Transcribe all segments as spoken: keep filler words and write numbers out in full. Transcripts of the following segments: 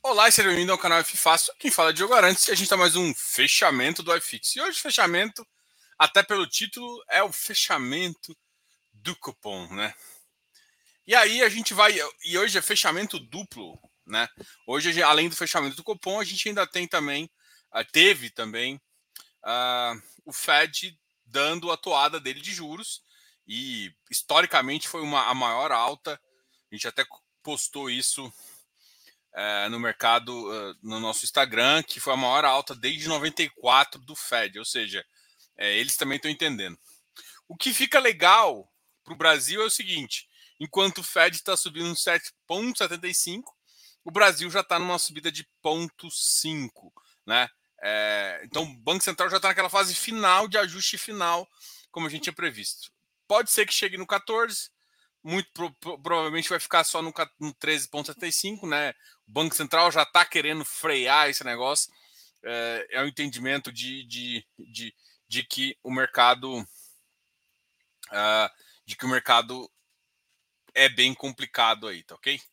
Olá e seja bem-vindo ao canal F Fácil. Quem fala é Diogo Arantes e a gente está mais um fechamento do iFix. E hoje o fechamento, até pelo título, é o fechamento do cupom, né? E aí a gente vai... E hoje é fechamento duplo, né? Hoje, além do fechamento do cupom, a gente ainda tem também... Teve também uh, o Fed dando a toada dele de juros. E, historicamente, foi uma, a maior alta. A gente até postou isso... É, no mercado, uh, no nosso Instagram, que foi a maior alta desde noventa e quatro do Fed, ou seja, é, eles também estão entendendo. O que fica legal para o Brasil é o seguinte: enquanto o Fed está subindo sete vírgula setenta e cinco, o Brasil já está numa subida de zero vírgula cinco, né? É, então o Banco Central já está naquela fase final de ajuste final, como a gente tinha previsto. Pode ser que chegue no quatorze, muito pro, pro, provavelmente vai ficar só no, no treze vírgula setenta e cinco, né? O Banco Central já está querendo frear esse negócio. É, é o entendimento de, de, de, de que o mercado uh, de que o mercado é bem complicado aí, tá ok?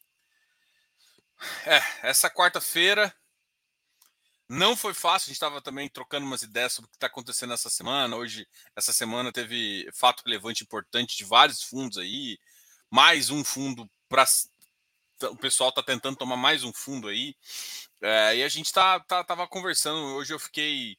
É, essa quarta-feira não foi fácil, a gente estava também trocando umas ideias sobre o que está acontecendo essa semana. Hoje, essa semana, teve fato relevante importante de vários fundos aí, mais um fundo para... O pessoal está tentando tomar mais um fundo aí. É, e a gente tá, tá, tava conversando. Hoje eu fiquei.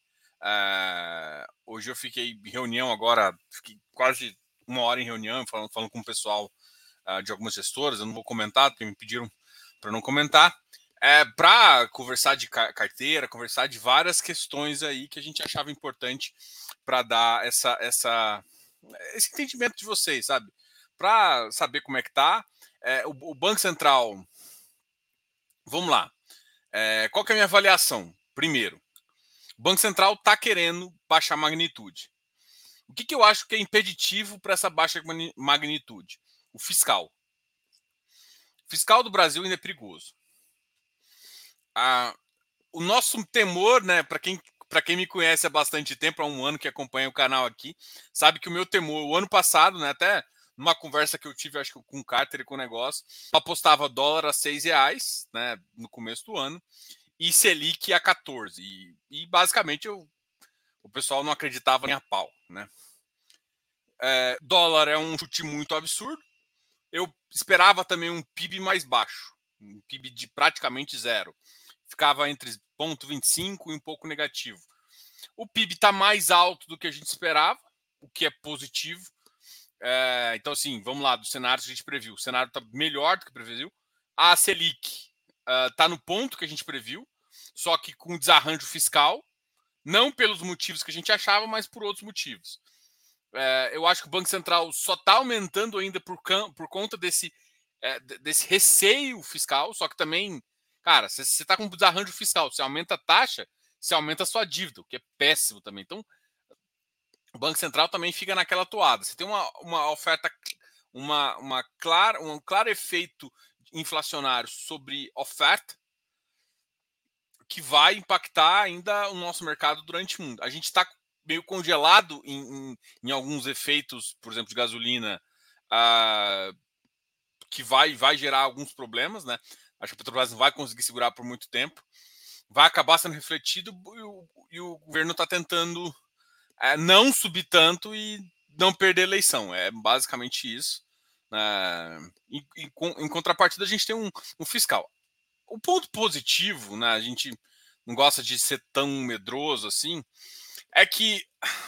É, hoje eu fiquei em reunião agora, fiquei quase uma hora em reunião, falando, falando com o pessoal uh, de algumas gestoras. Eu não vou comentar, porque me pediram para não comentar. É, para conversar de carteira, conversar de várias questões aí que a gente achava importante para dar essa, essa, esse entendimento de vocês, sabe? Para saber como é que tá. É, o, o Banco Central, vamos lá. É, qual que é a minha avaliação? Primeiro, o Banco Central está querendo baixar a magnitude. O que, que eu acho que é impeditivo para essa baixa magnitude? O fiscal. O fiscal do Brasil ainda é perigoso. Ah, o nosso temor, né, para quem, para quem me conhece há bastante tempo, há um ano que acompanha o canal aqui, sabe que o meu temor, o ano passado, né, até numa conversa que eu tive, acho que com o Carter e com o negócio, apostava dólar a seis reais, né, no começo do ano, e Selic a quatorze. E, e basicamente eu, o pessoal não acreditava nem a pau, né? É, dólar é um chute muito absurdo. Eu esperava também um P I B mais baixo, um P I B de praticamente zero. Ficava entre zero vírgula vinte e cinco e um pouco negativo. O P I B está mais alto do que a gente esperava, o que é positivo. É, então, assim, vamos lá, do cenário que a gente previu. O cenário está melhor do que previu. A Selic está uh, no ponto que a gente previu, só que com desarranjo fiscal, não pelos motivos que a gente achava, mas por outros motivos. É, eu acho que o Banco Central só está aumentando ainda por, por conta desse, é, desse receio fiscal, só que também, cara, se você está com desarranjo fiscal, você aumenta a taxa, você aumenta a sua dívida, o que é péssimo também. Então, o Banco Central também fica naquela toada. Você tem uma, uma oferta, uma, uma clara, um claro efeito inflacionário sobre oferta, que vai impactar ainda o nosso mercado durante muito. A gente está meio congelado em, em, em, alguns efeitos, por exemplo, de gasolina, uh, que vai, vai gerar alguns problemas, né? Acho que a Petrobras não vai conseguir segurar por muito tempo. Vai acabar sendo refletido e o, e o governo está tentando uh, não subir tanto e não perder a eleição. É basicamente isso. Uh, em, em, em contrapartida, a gente tem um, um fiscal. O ponto positivo, né? A gente não gosta de ser tão medroso assim, é que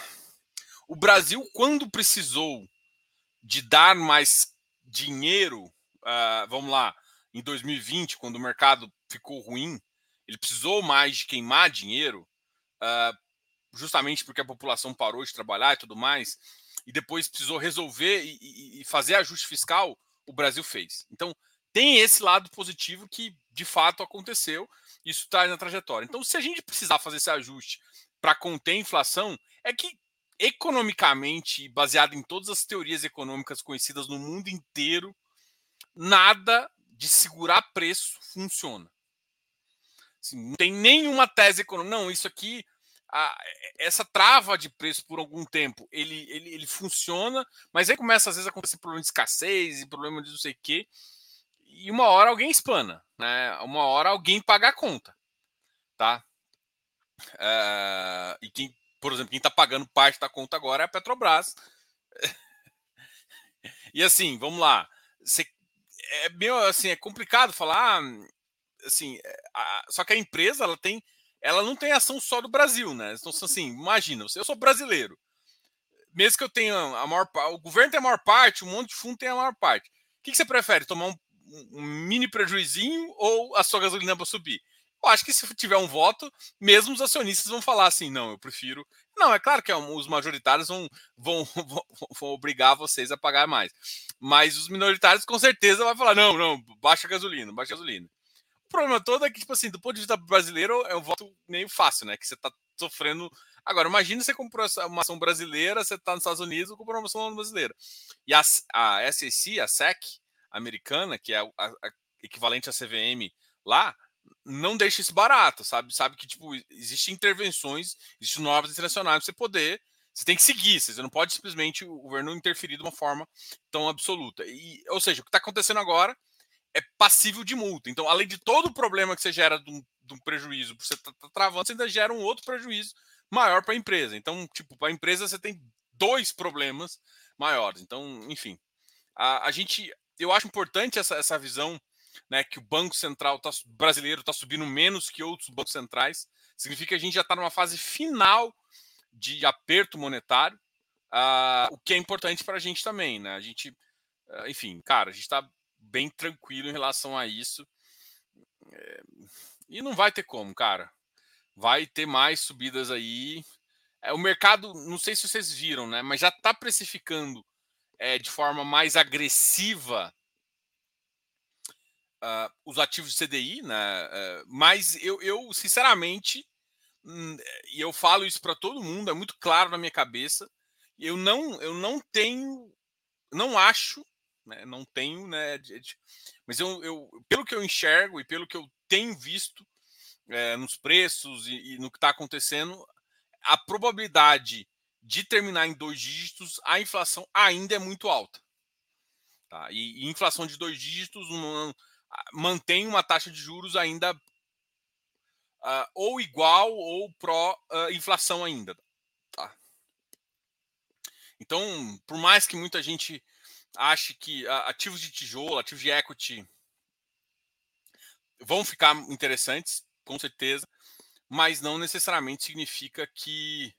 o Brasil, quando precisou de dar mais dinheiro, uh, vamos lá, em dois mil e vinte, quando o mercado ficou ruim, ele precisou mais de queimar dinheiro, uh, justamente porque a população parou de trabalhar e tudo mais, e depois precisou resolver e, e, e fazer ajuste fiscal, o Brasil fez. Então, tem esse lado positivo que, de fato, aconteceu. Isso está na trajetória. Então, se a gente precisar fazer esse ajuste para conter a inflação, é que, economicamente, baseado em todas as teorias econômicas conhecidas no mundo inteiro, nada de segurar preço funciona. Assim, não tem nenhuma tese econômica. Não, isso aqui, a, essa trava de preço por algum tempo, ele, ele, ele funciona, mas aí começa às vezes a acontecer problema de escassez e problema de não sei o quê, e uma hora alguém espana. né, uma hora alguém paga a conta, tá? É, e quem, por exemplo, quem está pagando parte da conta agora é a Petrobras. E assim, vamos lá. Você, é meio assim, é complicado falar, assim, a, só que a empresa ela tem, ela não tem ação só do Brasil, né? Então, assim, imagina, eu sou brasileiro, mesmo que eu tenha a maior parte, o governo tem a maior parte, um monte de fundo tem a maior parte. O que, que você prefere? Tomar um, um mini prejuizinho ou a sua gasolina para subir? Eu acho que se tiver um voto, mesmo os acionistas vão falar assim, não, eu prefiro. Não, é claro que os majoritários vão, vão, vão, vão obrigar vocês a pagar mais. Mas os minoritários com certeza vão falar, não, não, baixa a gasolina, baixa a gasolina. O problema todo é que, tipo assim, do ponto de vista brasileiro, é um voto meio fácil, né? Que você tá sofrendo. Agora, imagina você comprou uma ação brasileira, você tá nos Estados Unidos e comprou uma ação brasileira. E a, a S E C, a S E C americana, que é a, a, a equivalente à C V M lá, não deixa isso barato, sabe? Sabe que, tipo, existem intervenções, existem normas internacionais para você poder. Você tem que seguir, você não pode simplesmente o governo interferir de uma forma tão absoluta. E, ou seja, o que está acontecendo agora é passível de multa. Então, além de todo o problema que você gera de um, de um prejuízo, você está tá travando, você ainda gera um outro prejuízo maior para a empresa. Então, tipo, para a empresa você tem dois problemas maiores. Então, enfim, a, a gente, eu acho importante essa, essa visão, né, que o Banco Central tá, brasileiro está subindo menos que outros bancos centrais. Significa que a gente já está numa fase final de aperto monetário, uh, o que é importante para a gente também, né? A gente, uh, enfim, cara, a gente está bem tranquilo em relação a isso. É, e não vai ter como, cara. Vai ter mais subidas aí. É, o mercado, não sei se vocês viram, né? Mas já está precificando é, de forma mais agressiva uh, os ativos de C D I, né? Uh, mas eu, eu sinceramente, hum, e eu falo isso para todo mundo, é muito claro na minha cabeça. Eu não, eu não tenho, não acho, né? Não tenho, né? De, de, mas eu, eu, pelo que eu enxergo e pelo que eu tenho visto é, nos preços e, e no que está acontecendo, a probabilidade de terminar em dois dígitos, a inflação ainda é muito alta. Tá? E, e inflação de dois dígitos uma, mantém uma taxa de juros ainda uh, ou igual ou pró-inflação uh, ainda. Tá? Então, por mais que muita gente ache que uh, ativos de tijolo, ativos de equity vão ficar interessantes, com certeza, mas não necessariamente significa que,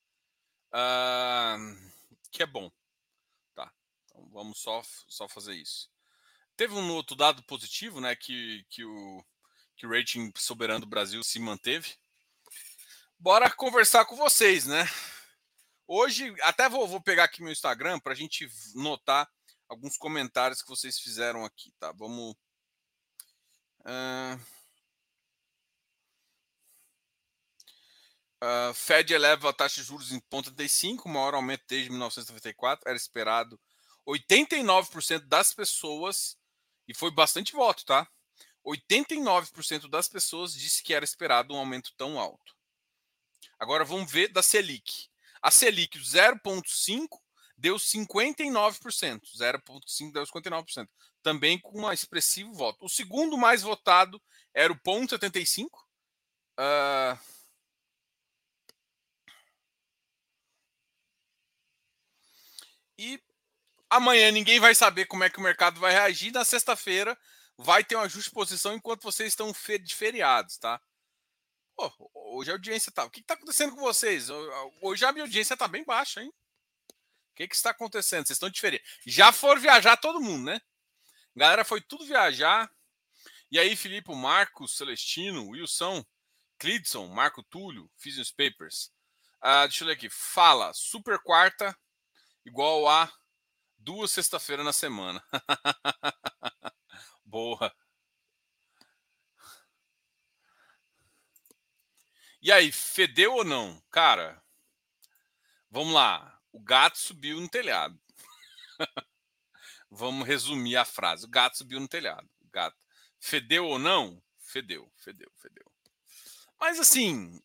uh, que é bom. Tá? Então, vamos só, só fazer isso. Teve um outro dado positivo, né, que, que, o, que o rating soberano do Brasil se manteve. Bora conversar com vocês, né? Hoje, até vou, vou pegar aqui meu Instagram para a gente notar alguns comentários que vocês fizeram aqui, tá? Vamos... Uh... Uh, Fed eleva a taxa de juros em zero vírgula trinta e cinco, o maior aumento desde mil novecentos e noventa e quatro, era esperado. oitenta e nove por cento das pessoas, e foi bastante voto, tá? oitenta e nove por cento das pessoas disse que era esperado um aumento tão alto. Agora vamos ver da Selic. A Selic zero vírgula cinco deu cinquenta e nove por cento. zero vírgula cinco deu cinquenta e nove por cento. Também com um expressivo voto. O segundo mais votado era o zero vírgula setenta e cinco. Uh... E amanhã ninguém vai saber como é que o mercado vai reagir. Na sexta-feira vai ter um ajuste de posição enquanto vocês estão de feriados, tá? Pô, hoje a audiência tá... O que está acontecendo com vocês? Hoje a minha audiência tá bem baixa, hein? O que, que está acontecendo? Vocês estão de férias. Já foram viajar todo mundo, né? A galera foi tudo viajar. E aí, Filipe, Marcos, Celestino, Wilson, Clidson, Marco Túlio, fiz os papers. Uh, deixa eu ler aqui. Fala, super quarta igual a duas sexta-feira na semana. Boa. E aí, fedeu ou não? Cara, vamos lá. O gato subiu no telhado. Vamos resumir a frase. O gato subiu no telhado. O gato fedeu ou não? Fedeu, fedeu, fedeu. Mas assim,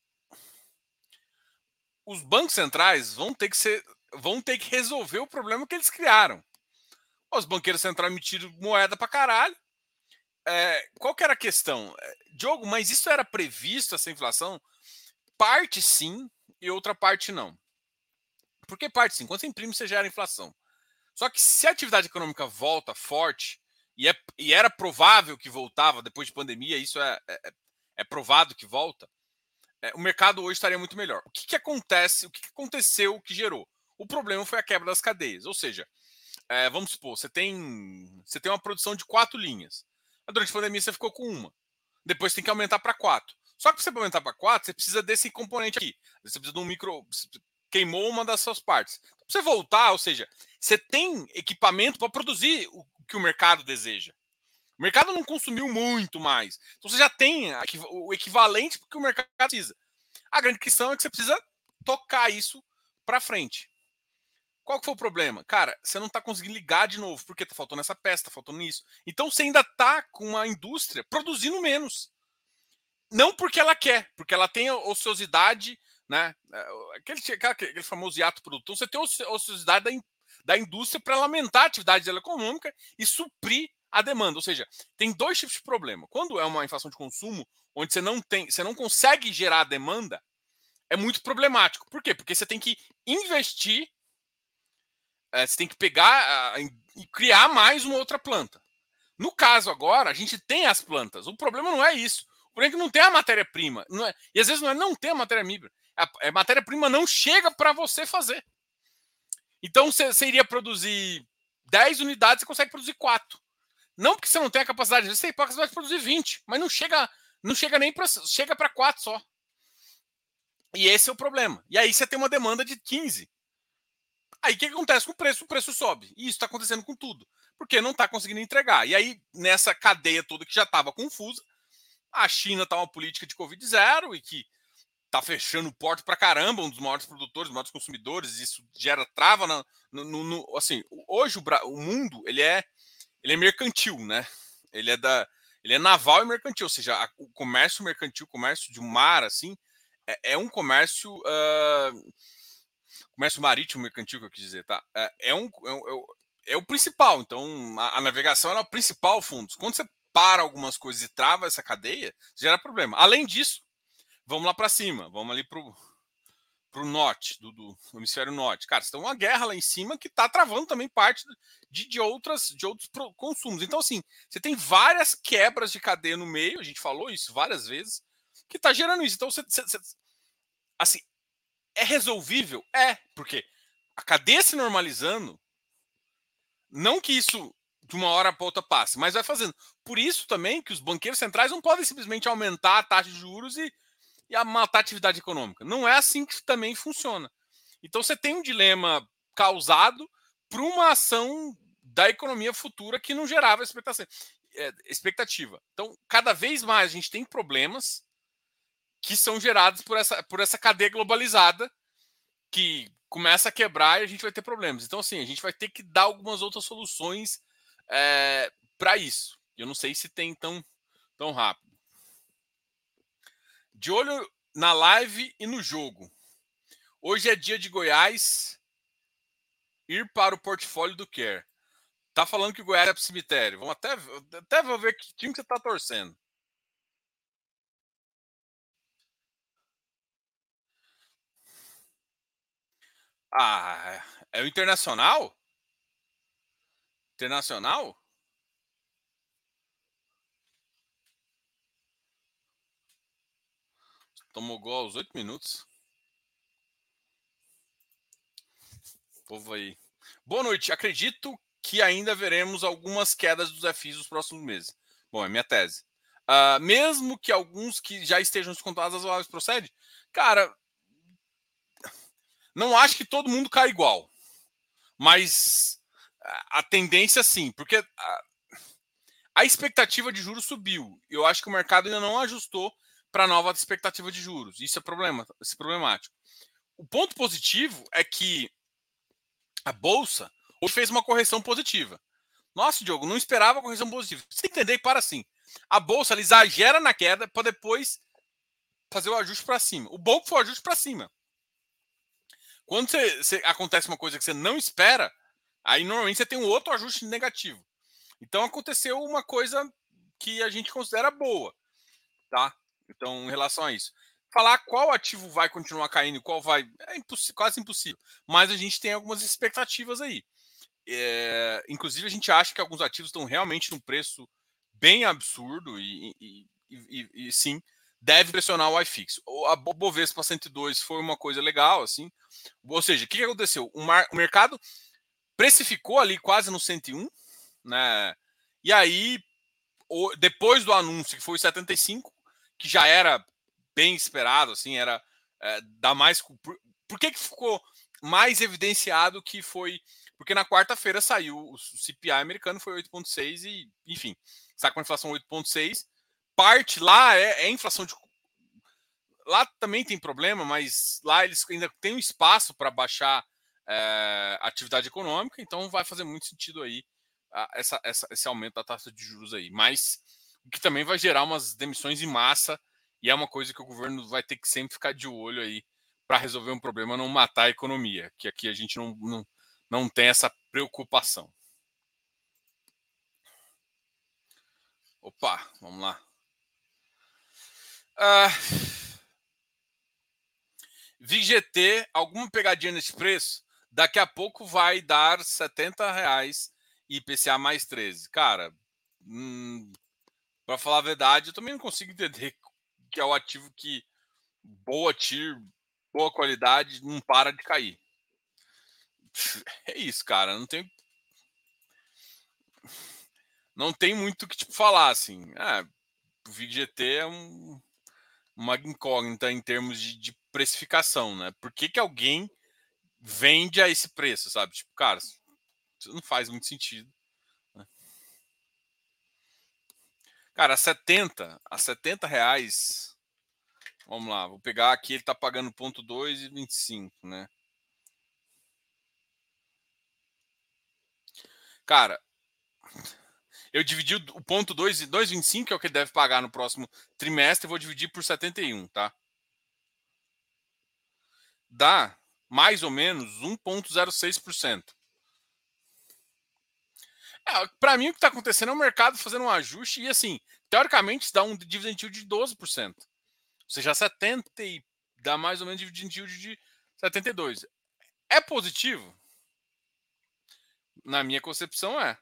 os bancos centrais vão ter que ser, vão ter que resolver o problema que eles criaram. Os banqueiros centrais emitiram moeda pra caralho é, qual que era a questão? Diogo, mas isso era previsto, essa inflação? Parte sim e outra parte não. Por que parte sim? Quando você imprime, você gera inflação. Só que se a atividade econômica volta forte, e, é, e era provável que voltava depois de pandemia, isso é, é, é provado que volta, é, o mercado hoje estaria muito melhor. O que, que acontece? O que, que aconteceu que gerou? O problema foi a quebra das cadeias. Ou seja, é, vamos supor, você tem, você tem uma produção de quatro linhas. Durante a pandemia você ficou com uma. Depois tem que aumentar para quatro. Só que para você aumentar para quatro, você precisa desse componente aqui. Você precisa de um micro. Queimou uma das suas partes. Para você voltar, ou seja, você tem equipamento para produzir o que o mercado deseja. O mercado não consumiu muito mais. Então você já tem o equivalente que o mercado precisa. A grande questão é que você precisa tocar isso para frente. Qual que foi o problema? Cara, você não está conseguindo ligar de novo, porque está faltando essa peça, está faltando isso. Então você ainda está com uma indústria produzindo menos. Não porque ela quer, porque ela tem ociosidade, né? Aquele, aquele famoso hiato produtor, você tem ociosidade da, da indústria para lamentar a atividade dela econômica e suprir a demanda. Ou seja, tem dois tipos de problema. Quando é uma inflação de consumo, onde você não tem, você não consegue gerar demanda, é muito problemático. Por quê? Porque você tem que investir, é, você tem que pegar e criar mais uma outra planta. No caso agora, a gente tem as plantas. O problema não é isso. O problema é que não tem a matéria-prima. É, e às vezes não é não ter a matéria-prima. A, a matéria-prima não chega para você fazer. Então você iria produzir dez unidades, você consegue produzir quatro. Não porque você não tem a capacidade, você tem a capacidade de produzir vinte, mas não chega, não chega nem para chega para quatro só. E esse é o problema. E aí você tem uma demanda de quinze. Aí o que acontece com o preço? O preço sobe. E isso está acontecendo com tudo. Porque não está conseguindo entregar. E aí, nessa cadeia toda que já estava confusa, a China está uma política de Covid zero e que está fechando porta para caramba, um dos maiores produtores, um dos maiores consumidores. Isso gera trava na, no, no, no, assim, hoje o, o mundo ele é, ele é mercantil, né? Ele é da, ele é naval e mercantil, ou seja, a, o comércio mercantil, o comércio de mar, assim, é, é um comércio uh, comércio marítimo mercantil, que eu quis dizer, tá? É, é, um, é, um, é o principal. Então, a, a navegação é o principal fundo. Quando você para algumas coisas e trava essa cadeia, gera problema. Além disso, vamos lá para cima, vamos ali para o norte, do, do hemisfério norte. Cara, você tem uma guerra lá em cima que está travando também parte de, de, outras, de outros consumos. Então, assim, você tem várias quebras de cadeia no meio, a gente falou isso várias vezes, que está gerando isso. Então, você, você, você assim, é resolvível? É, porque a cadeia se normalizando, não que isso de uma hora para outra passe, mas vai fazendo. Por isso também que os banqueiros centrais não podem simplesmente aumentar a taxa de juros e, e matar a atividade econômica. Não é assim que também funciona. Então você tem um dilema causado por uma ação da economia futura que não gerava expectativa. Então, cada vez mais a gente tem problemas que são gerados por essa, por essa cadeia globalizada que começa a quebrar e a gente vai ter problemas. Então, assim, a gente vai ter que dar algumas outras soluções é, para isso. Eu não sei se tem tão, tão rápido. De olho na live e no jogo. Hoje é dia de Goiás ir para o portfólio do Quer. Tá falando que o Goiás é para o cemitério. Vamos até, até vou ver que time que você tá torcendo. Ah, é o Internacional? Internacional? Tomou gol aos oito minutos. Povo aí. Boa noite. Acredito que ainda veremos algumas quedas dos F Is nos próximos meses. Bom, é minha tese. Uh, mesmo que alguns que já estejam descontados as lives procede, cara, não acho que todo mundo cai igual. Mas a tendência sim, porque a, a expectativa de juros subiu. Eu acho que o mercado ainda não ajustou para a nova expectativa de juros. Isso é problema, isso é problemático. O ponto positivo é que a bolsa hoje fez uma correção positiva. Nossa, Diogo, não esperava correção positiva. Você entender que para assim, a bolsa ela exagera na queda para depois fazer o ajuste para cima. O bom foi o ajuste para cima. Quando você, você, acontece uma coisa que você não espera, aí normalmente você tem um outro ajuste negativo. Então aconteceu uma coisa que a gente considera boa, tá? Então, em relação a isso. Falar qual ativo vai continuar caindo e qual vai é imposs quase impossível, mas a gente tem algumas expectativas aí. É, inclusive, a gente acha que alguns ativos estão realmente num preço bem absurdo e, e, e, e, e sim, deve pressionar o iFix. A Bovespa cento e dois foi uma coisa legal, assim. Ou seja, o que, que aconteceu? O, mar, o mercado precificou ali quase no cento e um, né? E aí, o, depois do anúncio, que foi setenta e cinco, que já era bem esperado, assim, era é, dar mais. Por, por que, que ficou mais evidenciado que foi. Porque na quarta-feira saiu o C P I americano, foi oito vírgula seis e, enfim, está com a inflação oito vírgula seis. Parte lá é, é inflação de. Lá também tem problema, mas lá eles ainda têm um espaço para baixar é, a atividade econômica, então vai fazer muito sentido aí a, essa, essa, esse aumento da taxa de juros aí. Mas o que também vai gerar umas demissões em massa, e é uma coisa que o governo vai ter que sempre ficar de olho aí para resolver um problema, não matar a economia, que aqui a gente não, não, não tem essa preocupação. Opa, vamos lá. Ah, V G T, alguma pegadinha nesse preço? Daqui a pouco vai dar setenta reais e I P C A mais treze. Cara, hum, para falar a verdade, eu também não consigo entender que é o ativo que boa T I R, boa qualidade, não para de cair. É isso, cara. Não tem, não tem muito o que tipo, falar, assim. É, o V G T é um, uma incógnita em termos de, de precificação, né? Por que, que alguém vende a esse preço, sabe? Tipo, cara, isso não faz muito sentido. Né? Cara, a setenta, a setenta reais. Vamos lá, vou pegar aqui, ele tá pagando ponto dois e vinte e cinco, né? Cara, eu dividi o ponto dois e vinte e cinco, que é o que ele deve pagar no próximo trimestre, e vou dividir por setenta e um, tá? Dá mais ou menos um vírgula zero seis por cento. É, para mim, o que está acontecendo é o mercado fazendo um ajuste e, assim, teoricamente, dá um dividend yield de doze por cento. Ou seja, setenta e dá mais ou menos dividend yield de setenta e dois. É positivo? Na minha concepção, é.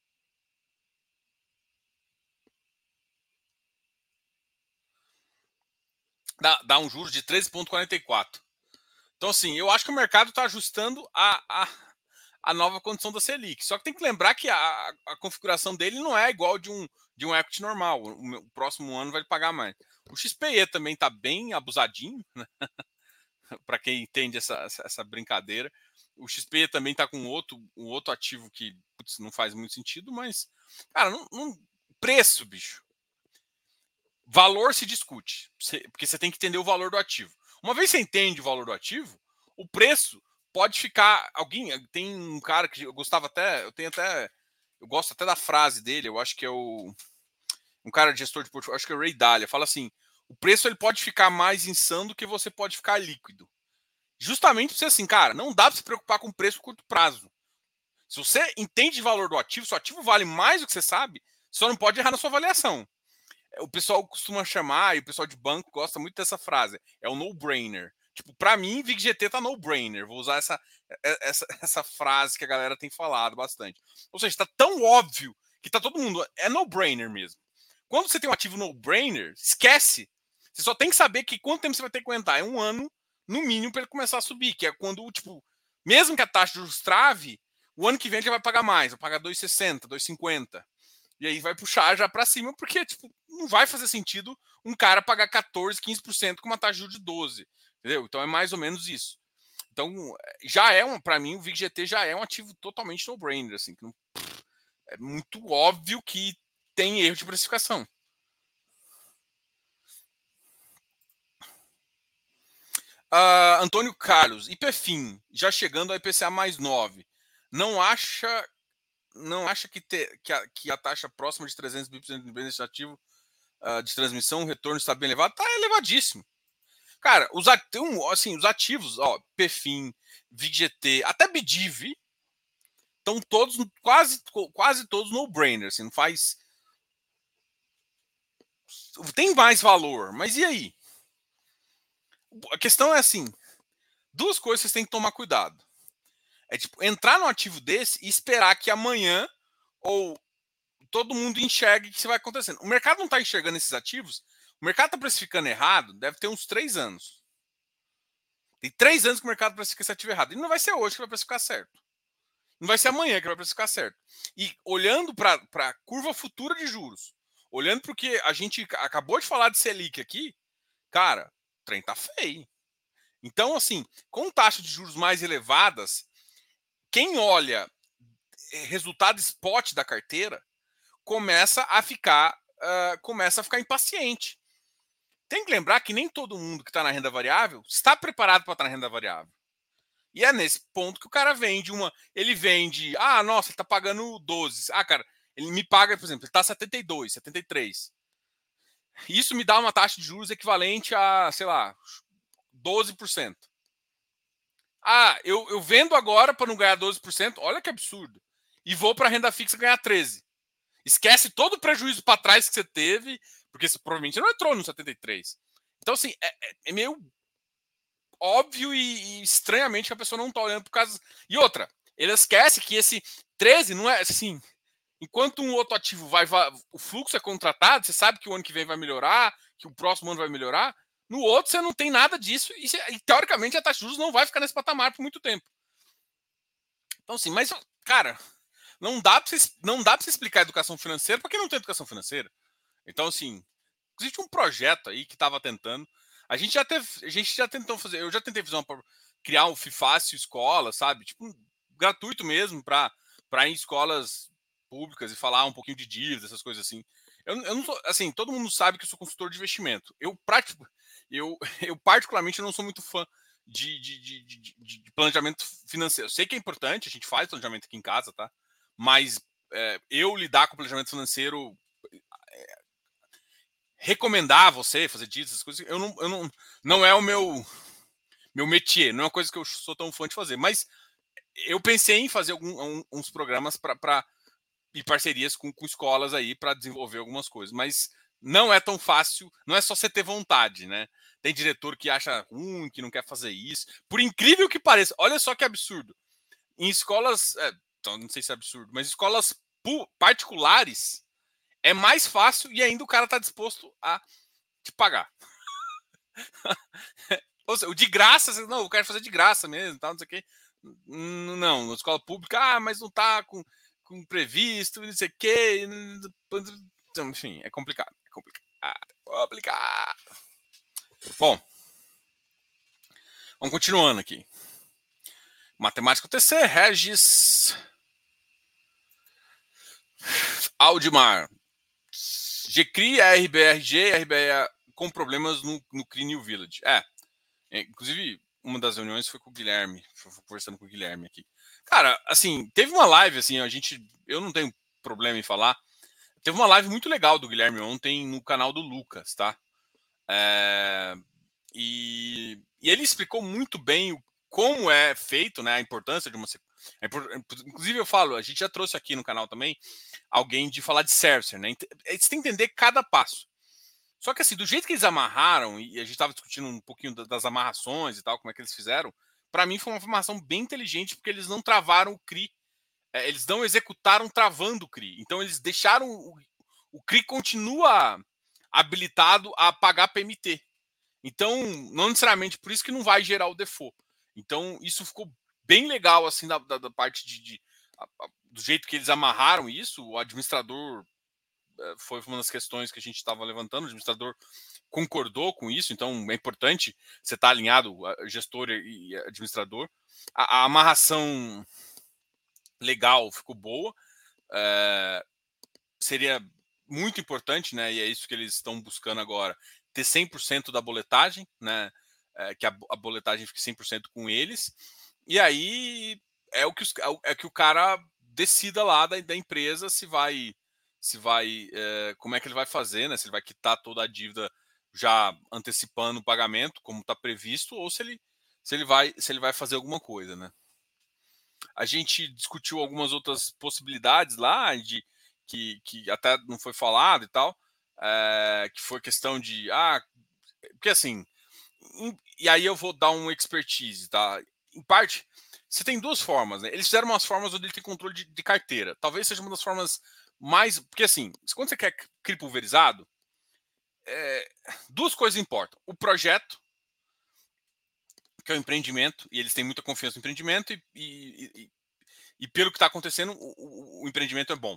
Dá, dá um juros de treze vírgula quarenta e quatro. Então, assim, eu acho que o mercado está ajustando a, a, a nova condição da Selic. Só que tem que lembrar que a, a configuração dele não é igual de um, de um equity normal. O, o próximo ano vai pagar mais. O X P E também está bem abusadinho, né? Para quem entende essa, essa, essa, brincadeira. O X P E também está com outro, um outro ativo que putz, não faz muito sentido, mas, cara, não, não, preço, bicho. Valor se discute, porque você tem que entender o valor do ativo. Uma vez que você entende o valor do ativo, o preço pode ficar. Alguém tem um cara que eu gostava até, eu tenho até, eu gosto até da frase dele. Eu acho que é o um cara de gestor de portfólio, acho que é o Ray Dalio. Fala assim: o preço ele pode ficar mais insano do que você pode ficar líquido. Justamente para você assim, cara, não dá para se preocupar com preço a curto prazo. Se você entende o valor do ativo, se o ativo vale mais do que você sabe, só não pode errar na sua avaliação. O pessoal costuma chamar, e o pessoal de banco gosta muito dessa frase, é o no-brainer. Tipo, para mim, V G T tá no-brainer. Vou usar essa, essa, essa frase que a galera tem falado bastante. Ou seja, tá tão óbvio que tá todo mundo. É no-brainer mesmo. Quando você tem um ativo no-brainer, esquece. Você só tem que saber que quanto tempo você vai ter que aguentar. É um ano, no mínimo, para ele começar a subir. Que é quando, tipo, mesmo que a taxa de juros trave, o ano que vem ele já vai pagar mais. Vai pagar dois vírgula sessenta, dois vírgula cinquenta. E aí vai puxar já para cima, porque tipo, não vai fazer sentido um cara pagar quatorze, quinze por cento com uma taxa de juros de doze. Entendeu? Então é mais ou menos isso. Então, já é um, para mim, o V G T já é um ativo totalmente no-brainer, assim, que não, é muito óbvio que tem erro de precificação. Uh, Antônio Carlos, IPFIM, já chegando ao I P C A mais nove. Não acha, não acha que, ter, que, a, que a taxa próxima de trezentos bips de ativo uh, de transmissão, o retorno está bem elevado? Está elevadíssimo. Cara, os, assim, os ativos, ó, PFIM, V G T, até B D I V, estão todos, quase, quase todos no-brainer. Assim, não faz. tem mais valor, mas e aí? A questão é assim, duas coisas que vocês têm que tomar cuidado. É tipo, entrar no ativo desse e esperar que amanhã ou todo mundo enxergue o que vai acontecendo. O mercado não está enxergando esses ativos, o mercado está precificando errado, deve ter uns três anos. Tem três anos que o mercado precifica esse ativo errado. E não vai ser hoje que vai precificar certo. Não vai ser amanhã que vai precificar certo. E olhando para a curva futura de juros, olhando para o que a gente acabou de falar de Selic aqui, cara, o trem tá feio. Então, assim, com taxas de juros mais elevadas, quem olha resultado spot da carteira começa a ficar uh, começa a ficar impaciente. Tem que lembrar que nem todo mundo que está na renda variável está preparado para estar na renda variável. E é nesse ponto que o cara vende uma. Ele vende. Ah, nossa, ele está pagando doze. Ah, cara, ele me paga, por exemplo, ele está setenta e dois, setenta e três. Isso me dá uma taxa de juros equivalente a, sei lá, doze por cento. Ah, eu, eu vendo agora para não ganhar doze por cento. Olha que absurdo. E vou para a renda fixa ganhar treze por cento. Esquece todo o prejuízo para trás que você teve, porque você provavelmente não entrou no setenta e três. Então, assim, é, é meio óbvio e, e estranhamente que a pessoa não está olhando por causa. E outra, ele esquece que esse treze não é assim. Enquanto um outro ativo vai, vai. O fluxo é contratado, você sabe que o ano que vem vai melhorar, que o próximo ano vai melhorar. No outro, você não tem nada disso e, e teoricamente, a taxa de juros não vai ficar nesse patamar por muito tempo. Então, assim, mas, cara, não dá para você, não dá para você explicar educação financeira para quem não tem educação financeira. Então, assim, existe um projeto aí que estava tentando. A gente já teve, a gente já tentou fazer, eu já tentei fazer uma, criar um Fifácio escola, sabe? Tipo, um, gratuito mesmo para para em escolas públicas e falar um pouquinho de dívida, essas coisas assim. Eu, eu não sou, assim, todo mundo sabe que eu sou consultor de investimento. Eu, prático, eu, eu particularmente não sou muito fã de, de, de, de, de planejamento financeiro. Eu sei que é importante, a gente faz planejamento aqui em casa, tá? Mas é, eu lidar com planejamento financeiro, é, recomendar você fazer disso, essas coisas, eu não, eu não, não é o meu meu métier, não é uma coisa que eu sou tão fã de fazer. Mas eu pensei em fazer algum, um, uns programas para e parcerias com, com escolas aí para desenvolver algumas coisas. Mas não é tão fácil, não é só você ter vontade, né? Tem diretor que acha ruim, que não quer fazer isso. Por incrível que pareça, olha só que absurdo. Em escolas, é, então, não sei se é absurdo, mas escolas particulares é mais fácil e ainda o cara está disposto a te pagar. Ou seja, o de graça, não, eu quero fazer de graça mesmo, tal, não sei o quê. Não, na escola pública, ah, mas não está com, com previsto, não sei o quê. Então, enfim, é complicado. É complicado. complicado. Bom, vamos continuando aqui. Matemática T C, Regis Aldemar. G C R I, R B R G, R B R com problemas no, no C R I New Village. É, é, inclusive, uma das reuniões foi com o Guilherme, conversando com o Guilherme aqui. Cara, assim, teve uma live, assim, a gente, eu não tenho problema em falar, teve uma live muito legal do Guilherme ontem no canal do Lucas, tá? É, e, e ele explicou muito bem o, como é feito, né, a importância de uma... Inclusive, eu falo, a gente já trouxe aqui no canal também alguém de falar de Servicer, né? Você tem que entender cada passo. Só que assim, do jeito que eles amarraram, e a gente estava discutindo um pouquinho das amarrações e tal, como é que eles fizeram, para mim foi uma amarração bem inteligente, porque eles não travaram o C R I, é, eles não executaram travando o C R I. Então eles deixaram o, o C R I continua habilitado a pagar P M T. Então, não necessariamente por isso que não vai gerar o default. Então, isso ficou bem legal assim da, da, da parte de, de a, a, do jeito que eles amarraram isso. O administrador foi uma das questões que a gente estava levantando, o administrador concordou com isso, então é importante você estar alinhado, gestor e administrador. A, a amarração legal ficou boa, é, seria muito importante, né, e é isso que eles estão buscando agora, ter cem por cento da boletagem, né, é, que a, a boletagem fique cem por cento com eles, e aí é o que, os, é que o cara decida lá da, da empresa se vai se vai, é, como é que ele vai fazer, né? Se ele vai quitar toda a dívida já antecipando o pagamento, como está previsto, ou se ele, se ele vai, se ele vai fazer alguma coisa, né? A gente discutiu algumas outras possibilidades lá de que, que até não foi falado e tal, é, que foi questão de... Ah, porque assim... Em, e aí eu vou dar um expertise, tá? Em parte, você tem duas formas, né? Eles fizeram umas formas onde ele tem controle de, de carteira. Talvez seja uma das formas mais... Porque assim, quando você quer C R I pulverizado, é, duas coisas importam. O projeto, que é o empreendimento, e eles têm muita confiança no empreendimento, e, e, e, e pelo que está acontecendo, o, o, o empreendimento é bom.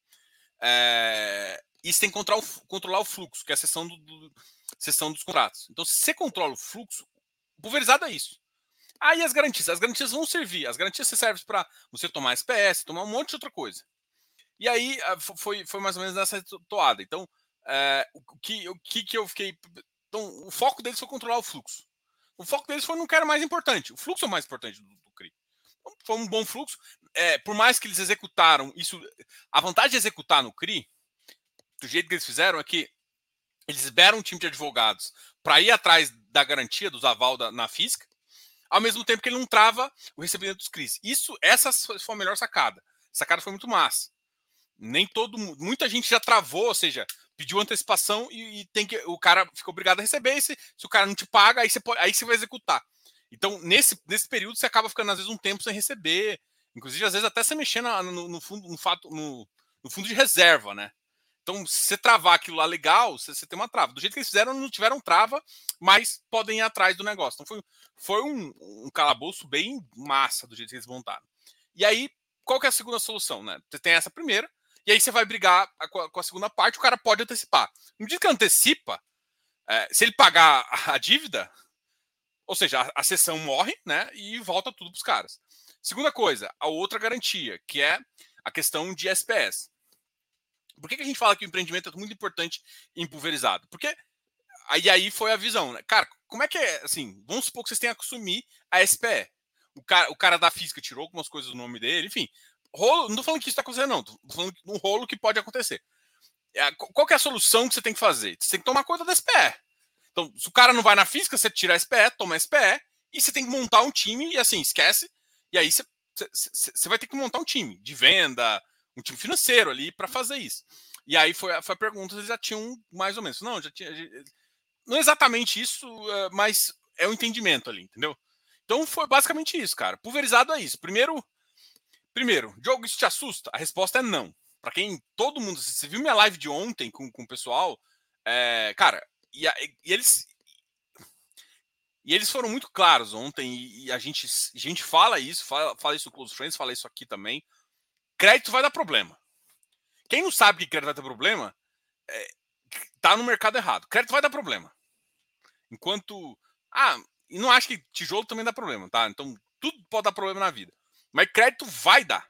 É, e você tem que controlar o, controlar o fluxo, que é a seção, do, do, seção dos contratos. Então, se você controla o fluxo, pulverizado é isso. Aí as garantias. As garantias vão servir. As garantias servem para você tomar S P S, tomar um monte de outra coisa. E aí foi, foi mais ou menos nessa toada. Então, é, o, que, o que, que eu fiquei... Então, o foco deles foi controlar o fluxo. O foco deles foi não quero mais importante. O fluxo é o mais importante do, do C R I. Então, foi um bom fluxo. É, por mais que eles executaram isso... A vantagem de executar no C R I, do jeito que eles fizeram, é que eles liberam um time de advogados para ir atrás da garantia, dos aval da, na física, ao mesmo tempo que ele não trava o recebimento dos C R Is. Isso, essa foi a melhor sacada. A sacada foi muito massa. Nem todo muita gente já travou, ou seja, pediu antecipação e, e tem que o cara fica obrigado a receber. E se, se o cara não te paga, aí você pode, aí você vai executar. Então, nesse, nesse período, você acaba ficando às vezes um tempo sem receber. Inclusive, às vezes até você mexendo no, no fundo, no, fato, no, no fundo de reserva, né? Então, se você travar aquilo lá legal, você, você tem uma trava. Do jeito que eles fizeram, não tiveram trava, mas podem ir atrás do negócio. Então, foi, foi um, um calabouço bem massa do jeito que eles montaram. E aí, qual que é a segunda solução, né? Você tem essa primeira, e aí você vai brigar com a, com a segunda parte, o cara pode antecipar. No dia que antecipa, é, se ele pagar a dívida, ou seja, a, a sessão morre, né? E volta tudo para os caras. Segunda coisa, a outra garantia, que é a questão de S P S. Por que, que a gente fala que o empreendimento é muito importante em pulverizado? Porque aí, aí foi a visão, né? Cara, como é que é, assim, vamos supor que vocês tenham que assumir a S P E. O cara, o cara da física tirou algumas coisas do nome dele, enfim. Rolo, não tô falando que isso está acontecendo, não. Tô falando um rolo que pode acontecer. Qual que é a solução que você tem que fazer? Você tem que tomar conta da S P E. Então, se o cara não vai na física, você tira a S P E, toma a S P E, e você tem que montar um time, e assim, esquece. E aí você, você, você vai ter que montar um time de venda, um time financeiro ali para fazer isso. E aí foi, foi a pergunta, eles já tinham mais ou menos. Não, já tinha. Não é exatamente isso, mas é o entendimento ali, entendeu? Então foi basicamente isso, cara. Pulverizado é isso. Primeiro, primeiro, Diogo, isso te assusta? A resposta é não. Para quem todo mundo. Você viu minha live de ontem com, com o pessoal? É, cara, e, a, e eles. E eles foram muito claros ontem, e, e a, gente, a gente fala isso, fala, fala isso no Close Friends, fala isso aqui também. Crédito vai dar problema. Quem não sabe que crédito vai ter problema, é, tá no mercado errado. Crédito vai dar problema. Enquanto. Ah, e não acho que tijolo também dá problema, tá? Então, tudo pode dar problema na vida. Mas crédito vai dar.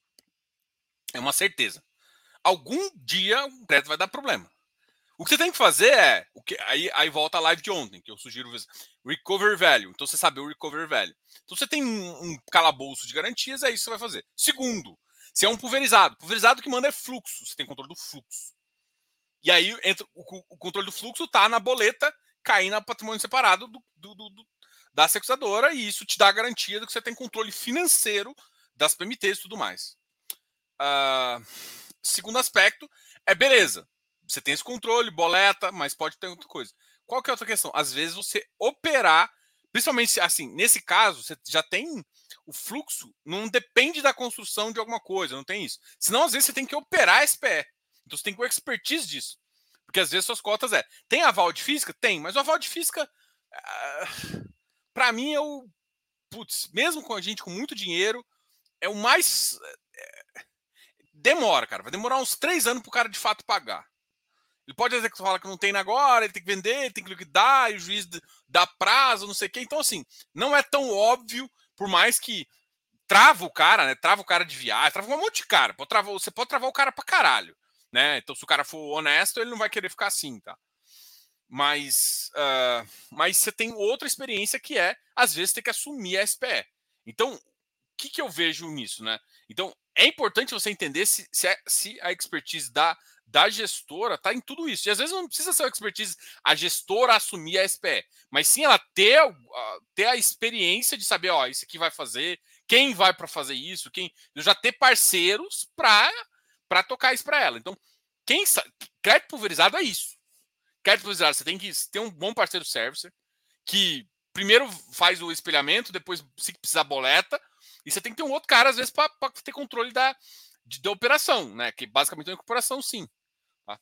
É uma certeza. Algum dia o crédito vai dar problema. O que você tem que fazer é. O que, aí, aí volta a live de ontem, que eu sugiro. Recover value. Então você sabe o recover value. Então você tem um, um calabouço de garantias, é isso que você vai fazer. Segundo, se é um pulverizado. Pulverizado que manda é fluxo. Você tem controle do fluxo. E aí entra, o, o controle do fluxo está na boleta cair no patrimônio separado do, do, do, da securitizadora, e isso te dá a garantia de que você tem controle financeiro das P M Ts e tudo mais. Uh, segundo aspecto, é beleza. Você tem esse controle, boleta, mas pode ter outra coisa. Qual que é a outra questão? Às vezes você operar, principalmente assim, nesse caso, você já tem o fluxo, não depende da construção de alguma coisa, não tem isso. Senão, às vezes, você tem que operar S P E. Então você tem que ter expertise disso. Porque às vezes suas cotas é. Tem aval de física? Tem, mas o aval de física, uh, para mim, é o. Putz, mesmo com a gente com muito dinheiro, é o mais. É, demora, cara. Vai demorar uns três anos pro cara de fato pagar. Ele pode dizer que você fala que não tem agora, ele tem que vender, ele tem que liquidar, e o juiz dá prazo, não sei o quê. Então, assim, não é tão óbvio, por mais que trava o cara, né? Trava o cara de viagem, trava um monte de cara. Pode travar, você pode travar o cara pra caralho. Né? Então, se o cara for honesto, ele não vai querer ficar assim, tá? Mas, uh, mas você tem outra experiência que é, às vezes, ter que assumir a S P E. Então, o que, que eu vejo nisso, né? Então, é importante você entender se, se, é, se a expertise da, da gestora está em tudo isso. E às vezes não precisa ser a expertise a gestora assumir a S P E, mas sim ela ter, uh, ter a experiência de saber, ó, isso aqui vai fazer, quem vai para fazer isso, quem, já ter parceiros para para tocar isso para ela. Então, quem crédito pulverizado é isso. Crédito pulverizado, você tem que ter um bom parceiro servicer que primeiro faz o espelhamento, depois, se precisar, boleta, e você tem que ter um outro cara, às vezes, para ter controle da, de, da operação, né? Que basicamente é uma incorporação, sim. Tá?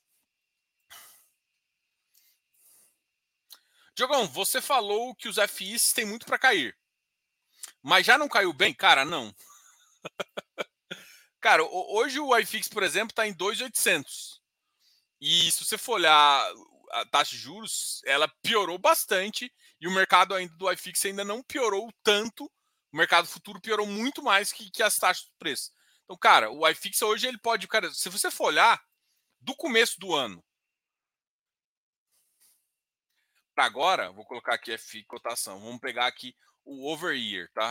Diogão, você falou que os F Is têm muito para cair. Mas já não caiu bem? Cara, não. Cara, hoje o iFix, por exemplo, está em dois mil e oitocentos. E se você for olhar a taxa de juros, ela piorou bastante e o mercado ainda do iFix ainda não piorou tanto. O mercado futuro piorou muito mais que, que as taxas de preço. Então, cara, o iFix hoje ele pode, cara, se você for olhar do começo do ano para agora, vou colocar aqui F cotação. Vamos pegar aqui o over year, tá?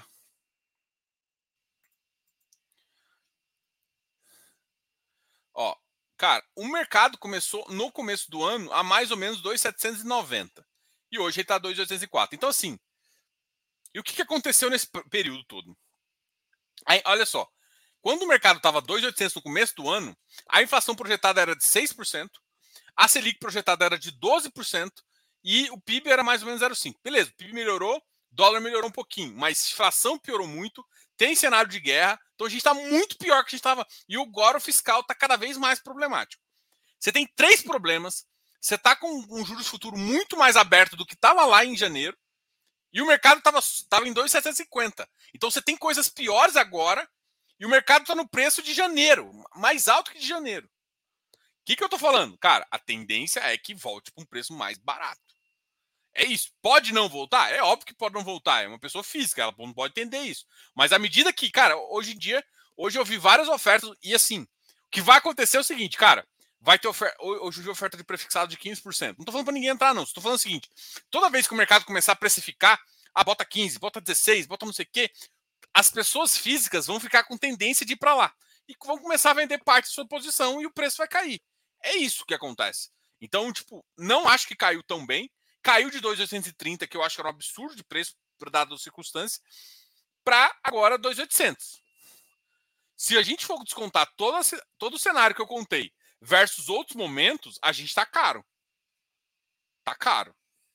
Ó, cara, o mercado começou no começo do ano a mais ou menos dois mil setecentos e noventa. E hoje ele está dois mil oitocentos e quatro. Então, assim, e o que, que aconteceu nesse período todo? Aí, olha só, quando o mercado estava dois mil e oitocentos no começo do ano, a inflação projetada era de seis por cento, a Selic projetada era de doze por cento e o P I B era mais ou menos zero vírgula cinco por cento. Beleza, o P I B melhorou, dólar melhorou um pouquinho, mas a inflação piorou muito, tem cenário de guerra, então a gente está muito pior que a gente estava. E agora o fiscal está cada vez mais problemático. Você tem três problemas, você está com um juros futuro muito mais aberto do que estava lá em janeiro, e o mercado estava tava em dois mil setecentos e cinquenta. Então você tem coisas piores agora, e o mercado está no preço de janeiro, mais alto que de janeiro. O que, que eu estou falando? Cara, a tendência é que volte para um preço mais barato. É isso. Pode não voltar? É óbvio que pode não voltar. É uma pessoa física, ela não pode entender isso. Mas à medida que, cara, hoje em dia, hoje eu vi várias ofertas, e assim, o que vai acontecer é o seguinte, cara, vai ter oferta, hoje eu vi oferta de prefixado de quinze por cento. Não tô falando para ninguém entrar, não. Estou falando o seguinte, toda vez que o mercado começar a precificar, ah, bota quinze, bota dezesseis, bota não sei o quê, as pessoas físicas vão ficar com tendência de ir para lá. E vão começar a vender parte da sua posição e o preço vai cair. É isso que acontece. Então, tipo, não acho que caiu tão bem. Caiu de dois mil oitocentos e trinta, que eu acho que era um absurdo de preço, dado as circunstâncias, para agora dois mil e oitocentos. Se a gente for descontar todo, todo o cenário que eu contei versus outros momentos, a gente está caro. Está caro.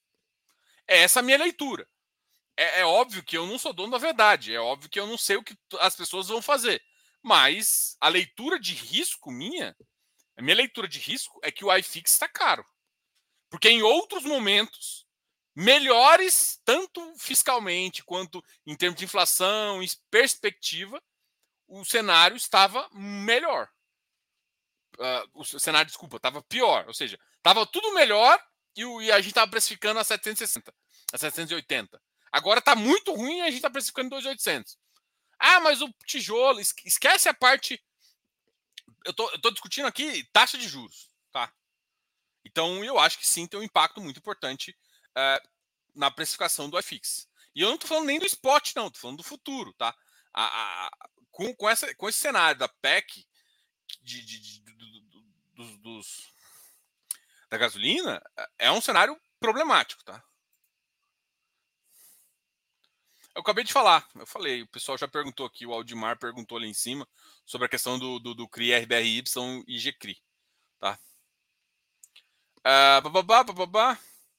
É essa a minha leitura. É, é óbvio que eu não sou dono da verdade. É óbvio que eu não sei o que as pessoas vão fazer. Mas a leitura de risco minha, a minha leitura de risco é que o iFix está caro. Porque em outros momentos, melhores, tanto fiscalmente quanto em termos de inflação, em perspectiva, o cenário estava melhor. Uh, o cenário, desculpa, estava pior. Ou seja, estava tudo melhor e, o, e a gente estava precificando a setecentos e sessenta, a setecentos e oitenta. Agora está muito ruim e a gente está precificando dois mil e oitocentos. Ah, mas o tijolo, esquece a parte. Eu tô, eu tô discutindo aqui taxa de juros, tá? Então, eu acho que sim, tem um impacto muito importante uh, na precificação do iFix. E eu não estou falando nem do spot, não, estou falando do futuro, tá? A, a, com, com, essa, com esse cenário da P E C, de, de, de, de, de, dos, dos, da gasolina, é um cenário problemático, tá? Eu acabei de falar, eu falei, o pessoal já perguntou aqui, o Aldimar perguntou ali em cima sobre a questão do, do, do C R I, R B R Y e G C R I, tá? Uh, bababá, bababá.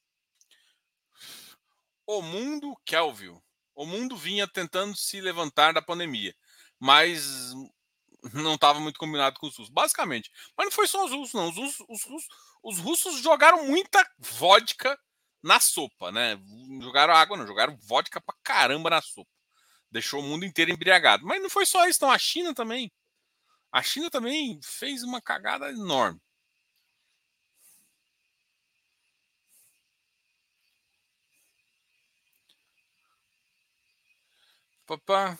O mundo, Kelvin, o mundo vinha tentando se levantar da pandemia, mas não estava muito combinado com os russos, basicamente. Mas não foi só os russos, não. Os russos, os russos, os russos jogaram muita vodka na sopa, né? Não jogaram água, não, jogaram vodka pra caramba na sopa. Deixou o mundo inteiro embriagado. Mas não foi só isso, não. A China também. A China também fez uma cagada enorme. Papá.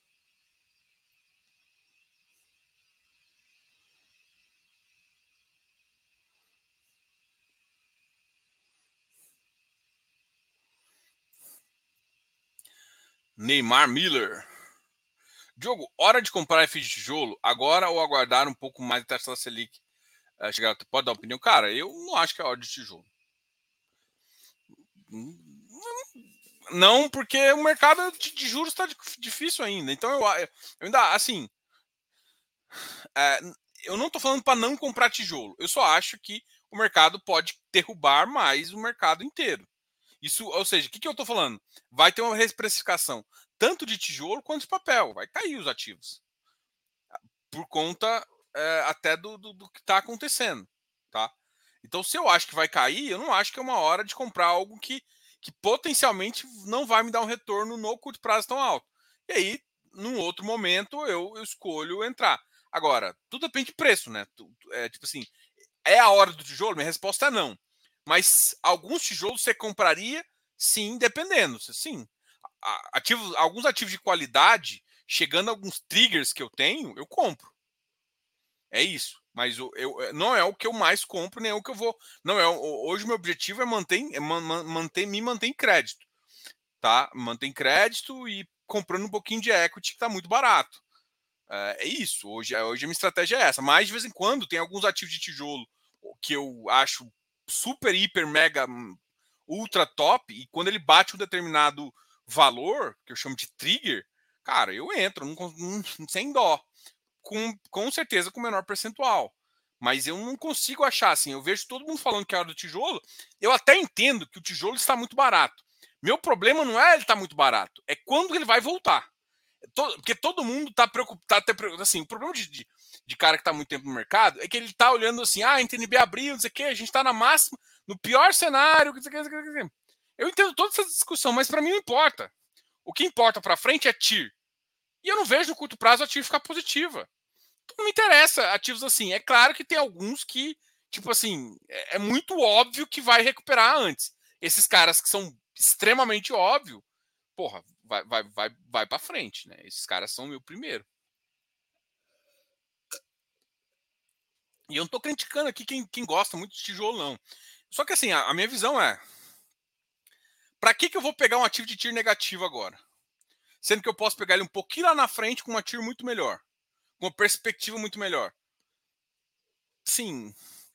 Neymar Miller. Diogo, hora de comprar F de tijolo agora ou aguardar um pouco mais de taxa da Selic uh, chegar? Pode dar opinião? Cara, eu não acho que é hora de tijolo. Não, porque o mercado de juros está difícil ainda. Então, eu, eu ainda, assim, é, eu não estou falando para não comprar tijolo. Eu só acho que o mercado pode derrubar mais o mercado inteiro. Isso, ou seja, o que, que eu estou falando? Vai ter uma reprecificação tanto de tijolo quanto de papel. Vai cair os ativos por conta é, até do, do, do que está acontecendo, tá? Então, se eu acho que vai cair, eu não acho que é uma hora de comprar algo que, que potencialmente não vai me dar um retorno no curto prazo tão alto. E aí, num outro momento, eu, eu escolho entrar. Agora, tudo depende de preço, né? É tipo assim, é a hora do tijolo? Minha resposta é não. Mas alguns tijolos você compraria, sim, dependendo. Sim. Ativos, alguns ativos de qualidade, chegando a alguns triggers que eu tenho, eu compro. É isso. Mas eu, eu, não é o que eu mais compro, nem é o que eu vou. Não é. Hoje o meu objetivo é manter, é manter, me manter em crédito. Tá? Manter em crédito e comprando um pouquinho de equity que está muito barato. É, é isso. Hoje, hoje a minha estratégia é essa. Mas de vez em quando tem alguns ativos de tijolo que eu acho super, hiper, mega, ultra top. E quando ele bate um determinado valor, que eu chamo de trigger, cara, eu entro não, não, sem dó. Com, com certeza com menor percentual. Mas eu não consigo achar assim. Eu vejo todo mundo falando que é hora do tijolo. Eu até entendo que o tijolo está muito barato. Meu problema não é ele estar muito barato, é quando ele vai voltar. Porque todo mundo está preocupado. Tá, assim, o problema de, de, de cara que está muito tempo no mercado é que ele está olhando assim: ah, a N T N B abriu, não sei o quê, a gente está na máxima, no pior cenário. Não sei o quê, não sei o quê. Eu entendo toda essa discussão, mas para mim não importa. O que importa para frente é T I R. E eu não vejo no curto prazo a T I R ficar positiva. Então não me interessa ativos assim. É claro que tem alguns que, tipo assim, é, é muito óbvio que vai recuperar antes. Esses caras que são extremamente óbvio, porra, vai, vai, vai, vai para frente, né? Esses caras são o meu primeiro. E eu não tô criticando aqui quem, quem gosta muito de tijolo, não. Só que assim, a, a minha visão é: para que, que eu vou pegar um ativo de T I R negativo agora? Sendo que eu posso pegar ele um pouquinho lá na frente com uma T I R muito melhor, com uma perspectiva muito melhor. Sim,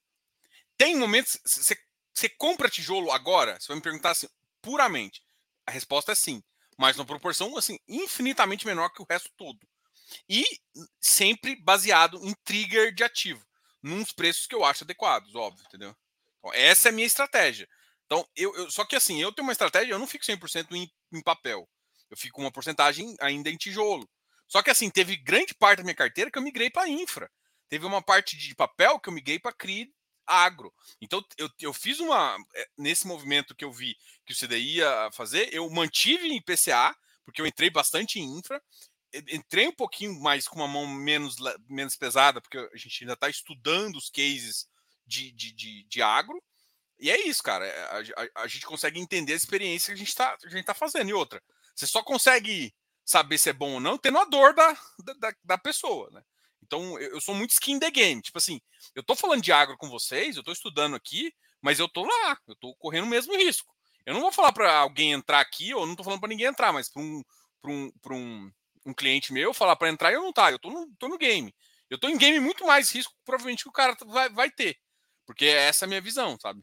tem momentos. Você, você compra tijolo agora? Você vai me perguntar assim, puramente. A resposta é sim. Mas numa proporção assim, infinitamente menor que o resto todo. E sempre baseado em trigger de ativo. Nos preços que eu acho adequados, óbvio, entendeu? Então, essa é a minha estratégia. Então, eu, eu, só que assim, eu tenho uma estratégia, eu não fico cem por cento em, em papel. Eu fico com uma porcentagem ainda em tijolo. Só que assim, teve grande parte da minha carteira que eu migrei para infra. Teve uma parte de papel que eu migrei para C R I agro. Então, eu, eu fiz uma. Nesse movimento que eu vi que o C D I ia fazer, eu mantive em I P C A, porque eu entrei bastante em infra. Entrei um pouquinho mais com uma mão menos, menos pesada, porque a gente ainda está estudando os cases de, de, de, de agro. E é isso, cara. A, a, a gente consegue entender a experiência que a gente está tá fazendo. E outra, você só consegue saber se é bom ou não tendo a dor da, da, da pessoa, né? Então, eu, eu sou muito skin the game. Tipo assim, eu tô falando de agro com vocês, eu tô estudando aqui, mas eu tô lá, eu tô correndo o mesmo risco. Eu não vou falar para alguém entrar aqui, ou não tô falando para ninguém entrar, mas para um, pra um, pra um, um cliente meu falar para entrar, eu não tá, eu tô no, tô no game. Eu tô em game muito mais risco, provavelmente, que o cara vai, vai ter. Porque essa é a minha visão, sabe?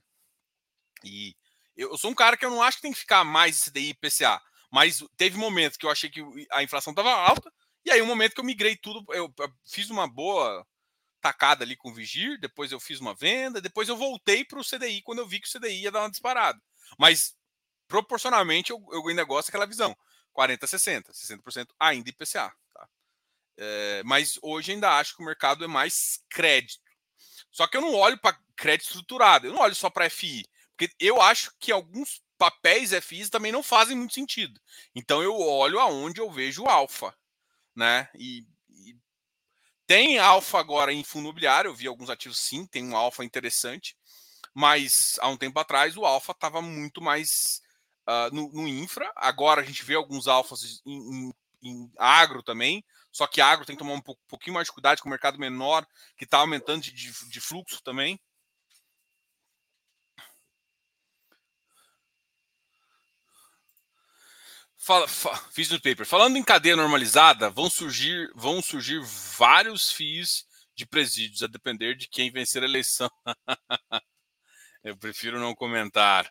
E eu sou um cara que eu não acho que tem que ficar mais C D I e I P C A, mas teve momentos que eu achei que a inflação estava alta, e aí um momento que eu migrei tudo, eu fiz uma boa tacada ali com o Vigir, depois eu fiz uma venda, depois eu voltei para o C D I quando eu vi que o C D I ia dar uma disparada. Mas proporcionalmente eu, eu ainda gosto daquela visão, quarenta a sessenta, sessenta por cento ainda I P C A. Tá? É, mas hoje ainda acho que o mercado é mais crédito. Só que eu não olho para crédito estruturado, eu não olho só para F I. Porque eu acho que alguns papéis F Is também não fazem muito sentido. Então eu olho aonde eu vejo alfa, né? E, e tem alfa agora em fundo imobiliário, eu vi alguns ativos sim, tem um alfa interessante, mas há um tempo atrás o alfa estava muito mais uh, no, no, infra. Agora a gente vê alguns alfas em, em, em agro também, só que agro tem que tomar um pouquinho mais de cuidado com o mercado menor, que está aumentando de, de fluxo também. Fala, fa, fiz no paper. Falando em cadeia normalizada, vão surgir, vão surgir vários F Is de presídios, a depender de quem vencer a eleição. Eu prefiro não comentar.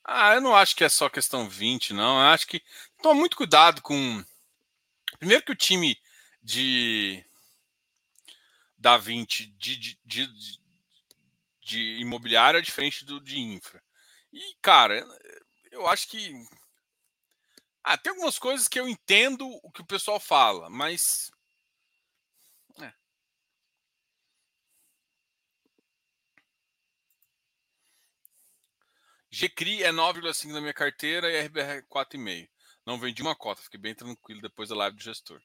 Ah, eu não acho que é só questão vinte, não. Eu acho que toma muito cuidado com. Primeiro que o time de da vinte de, de, de, de imobiliário é diferente do de infra. E, cara, eu acho que. Ah, tem algumas coisas que eu entendo o que o pessoal fala, mas. É. G C R I é nove vírgula cinco na minha carteira e R B R é quatro vírgula cinco. Não vendi uma cota, fiquei bem tranquilo depois da live do gestor.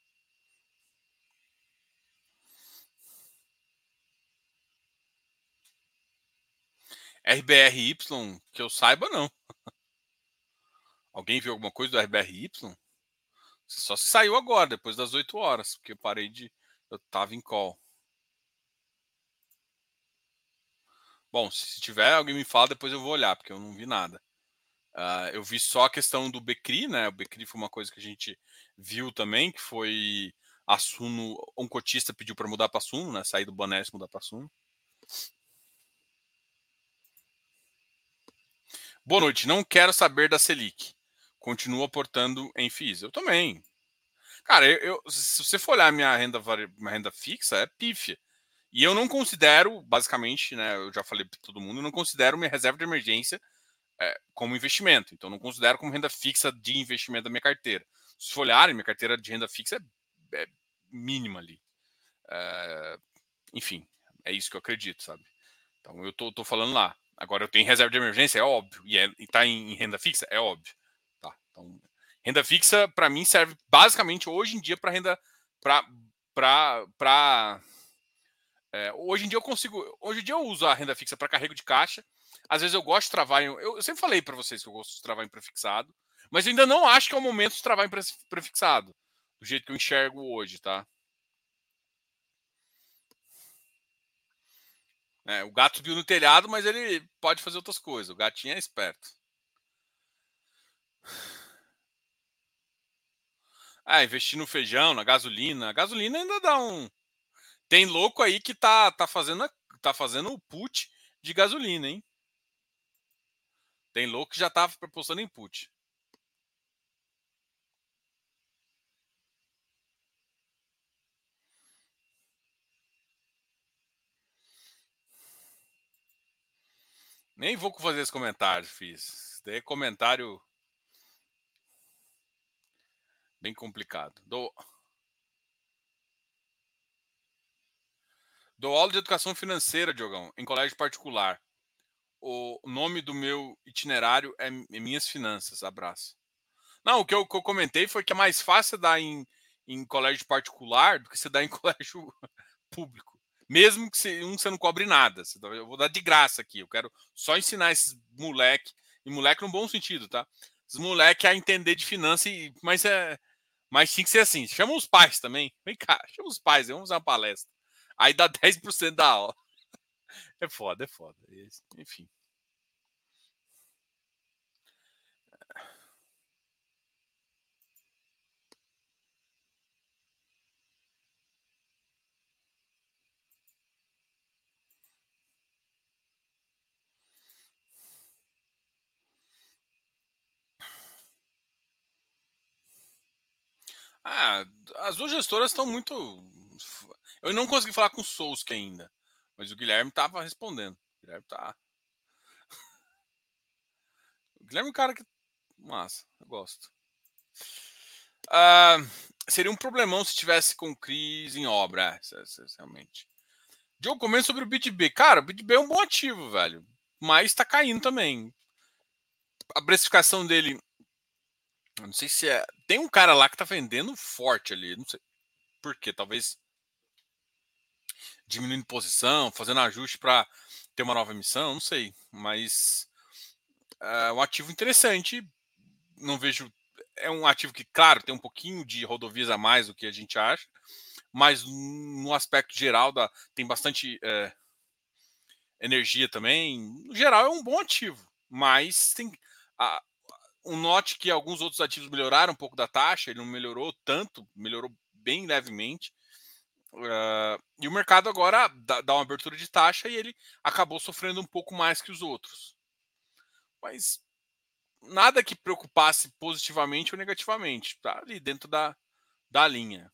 R B R Y, que eu saiba, não. Alguém viu alguma coisa do R B R Y? Só se saiu agora, depois das oito horas, porque eu parei de. Eu tava em call. Bom, se tiver, alguém me fala, depois eu vou olhar, porque eu não vi nada. Uh, eu vi só a questão do Becri, né? O Becri foi uma coisa que a gente viu também, que foi a Suno, um cotista pediu para mudar para Suno, né? Sair do Banespa e mudar para Suno. Boa noite. Não quero saber da Selic. Continua aportando em F I Is. Eu também. Cara, eu, eu, se você for olhar minha renda, minha renda fixa, é pífia. E eu não considero, basicamente, né? Eu já falei para todo mundo, eu não considero minha reserva de emergência é, como investimento. Então, não considero como renda fixa de investimento da minha carteira. Se for olhar, minha carteira de renda fixa é, é mínima ali. É, enfim, é isso que eu acredito, sabe? Então, eu tô, tô falando lá. Agora, eu tenho reserva de emergência, é óbvio. E, é, e tá em, em renda fixa, é óbvio. Tá? Então, renda fixa, para mim, serve basicamente hoje em dia para renda. Para. É, hoje em dia eu consigo. Hoje em dia eu uso a renda fixa para carrego de caixa. Às vezes eu gosto de travar em. Eu, eu sempre falei para vocês que eu gosto de travar em prefixado. Mas eu ainda não acho que é o momento de travar em prefixado. Do jeito que eu enxergo hoje, tá? É, o gato subiu no telhado, mas ele pode fazer outras coisas. O gatinho é esperto. Ah, investir no feijão, na gasolina. A gasolina ainda dá um. Tem louco aí que tá, tá fazendo tá fazendo o put de gasolina, hein? Tem louco que já tá apostando em put. Nem vou fazer esse comentário, fiz. Isso daí é comentário bem complicado. Dou, dou aula de educação financeira, Diogão, em colégio particular. O nome do meu itinerário é Minhas Finanças. Abraço. Não, o que eu, que eu comentei foi que é mais fácil dar em, em colégio particular do que você dar em colégio público. Mesmo que você, um você não cobre nada. Eu vou dar de graça aqui. Eu quero só ensinar esses moleque, e moleque no bom sentido, tá? Esses moleque a entender de finanças, e, mas é. Mas tinha que ser assim. Chama os pais também. Vem cá, chama os pais, vamos fazer uma palestra. Aí dá dez por cento da aula. É foda, é foda. Enfim. Ah, as duas gestoras estão muito. Eu não consegui falar com o Souski ainda, mas o Guilherme estava respondendo. O Guilherme tá. O Guilherme é um cara que. Massa, eu gosto. Ah, seria um problemão se tivesse com crise em obra, é, realmente. Diogo, comenta sobre o B T B. Cara, o B T B é um bom ativo, velho. Mas tá caindo também. A precificação dele. Não sei se é. Tem um cara lá que tá vendendo forte ali. Não sei por quê. Talvez diminuindo posição, fazendo ajuste para ter uma nova emissão, não sei. Mas é um ativo interessante. Não vejo. É um ativo que, claro, tem um pouquinho de rodovias a mais do que a gente acha, mas no aspecto geral da, tem bastante é, energia também. No geral, é um bom ativo, mas tem a, um note que alguns outros ativos melhoraram um pouco da taxa, ele não melhorou tanto, melhorou bem levemente. Uh, e o mercado agora dá, dá uma abertura de taxa e ele acabou sofrendo um pouco mais que os outros. Mas nada que preocupasse positivamente ou negativamente. Tá ali dentro da, da linha.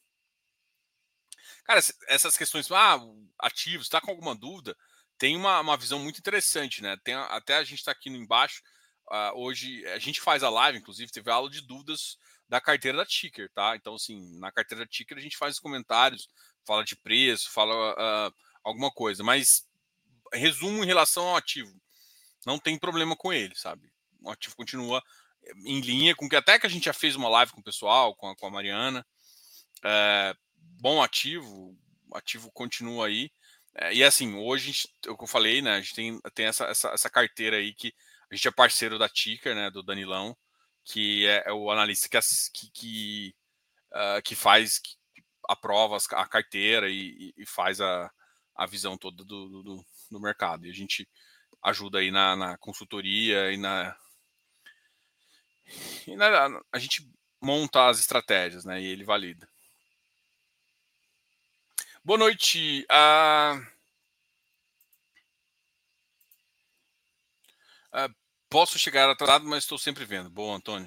Cara, essas questões, ah, ativos, está com alguma dúvida? Tem uma, uma visão muito interessante, né? Tem, até a gente está aqui no embaixo. Uh, hoje a gente faz a live, inclusive, teve aula de dúvidas da carteira da Ticker, tá? Então, assim, na carteira da Ticker a gente faz os comentários, fala de preço, fala uh, alguma coisa, mas resumo em relação ao ativo. Não tem problema com ele, sabe? O ativo continua em linha com que até que a gente já fez uma live com o pessoal, com a, com a Mariana. É, bom ativo, o ativo continua aí. É, e assim, hoje, o que eu falei, né? A gente tem, tem essa, essa, essa carteira aí que a gente é parceiro da Ticker, né? Do Danilão, que é, é o analista que, que, que, uh, que faz, que aprova a carteira e, e faz a, a visão toda do, do, do mercado. E a gente ajuda aí na, na consultoria e na, e na. A gente monta as estratégias, né? E ele valida. Boa noite. Uh, uh, posso chegar atrasado, mas estou sempre vendo. Boa, Antônio.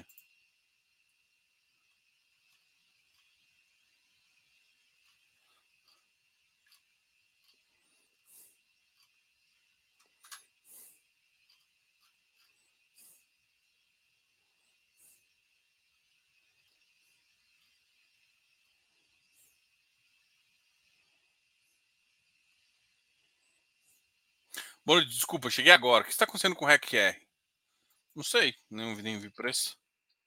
Boa noite, desculpa, cheguei agora. O que está acontecendo com o REC R? Não sei, nem vi, nem vi preço.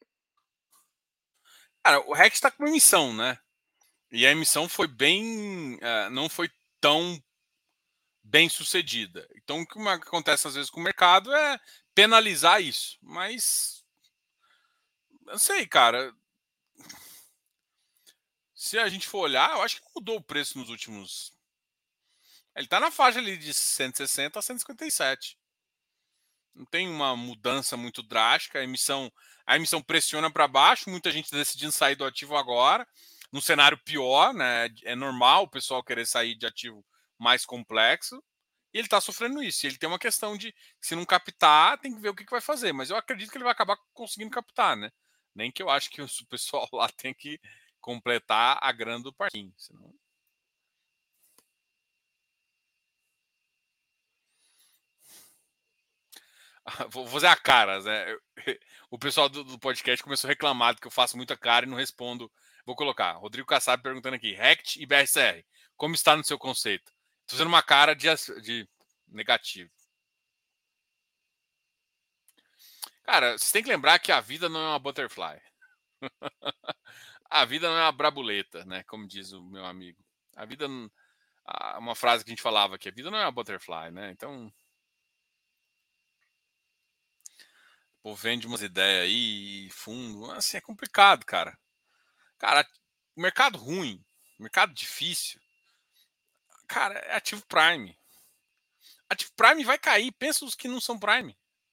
Cara, o REC está com uma emissão, né? E a emissão foi bem. Uh, não foi tão bem sucedida. Então, o que acontece às vezes com o mercado é penalizar isso. Mas. Não sei, cara. Se a gente for olhar, eu acho que mudou o preço nos últimos. Ele está na faixa ali de cento e sessenta a cento e cinquenta e sete. Não tem uma mudança muito drástica. A emissão, a emissão pressiona para baixo, muita gente decidindo sair do ativo agora. Num cenário pior, né? É normal o pessoal querer sair de ativo mais complexo. E ele está sofrendo isso. Ele tem uma questão de, se não captar, tem que ver o que, que vai fazer. Mas eu acredito que ele vai acabar conseguindo captar, né? Nem que eu acho que o pessoal lá tem que completar a grana do parquinho. Senão... Vou fazer a caras, né? O pessoal do, do, podcast começou a reclamar que eu faço muita cara e não respondo. Vou colocar. Rodrigo Kassab perguntando aqui: Rect e B R C R, como está no seu conceito? Estou fazendo uma cara de, de negativo. Cara, você tem que lembrar que a vida não é uma butterfly. A vida não é uma brabuleta, né? Como diz o meu amigo. A vida, uma frase que a gente falava aqui: a vida não é uma butterfly, né? Então, pô, vende umas ideias aí, fundo, assim, é complicado, cara. Cara, mercado ruim, mercado difícil. Cara, é ativo Prime. Ativo Prime vai cair, pensa os que não são Prime.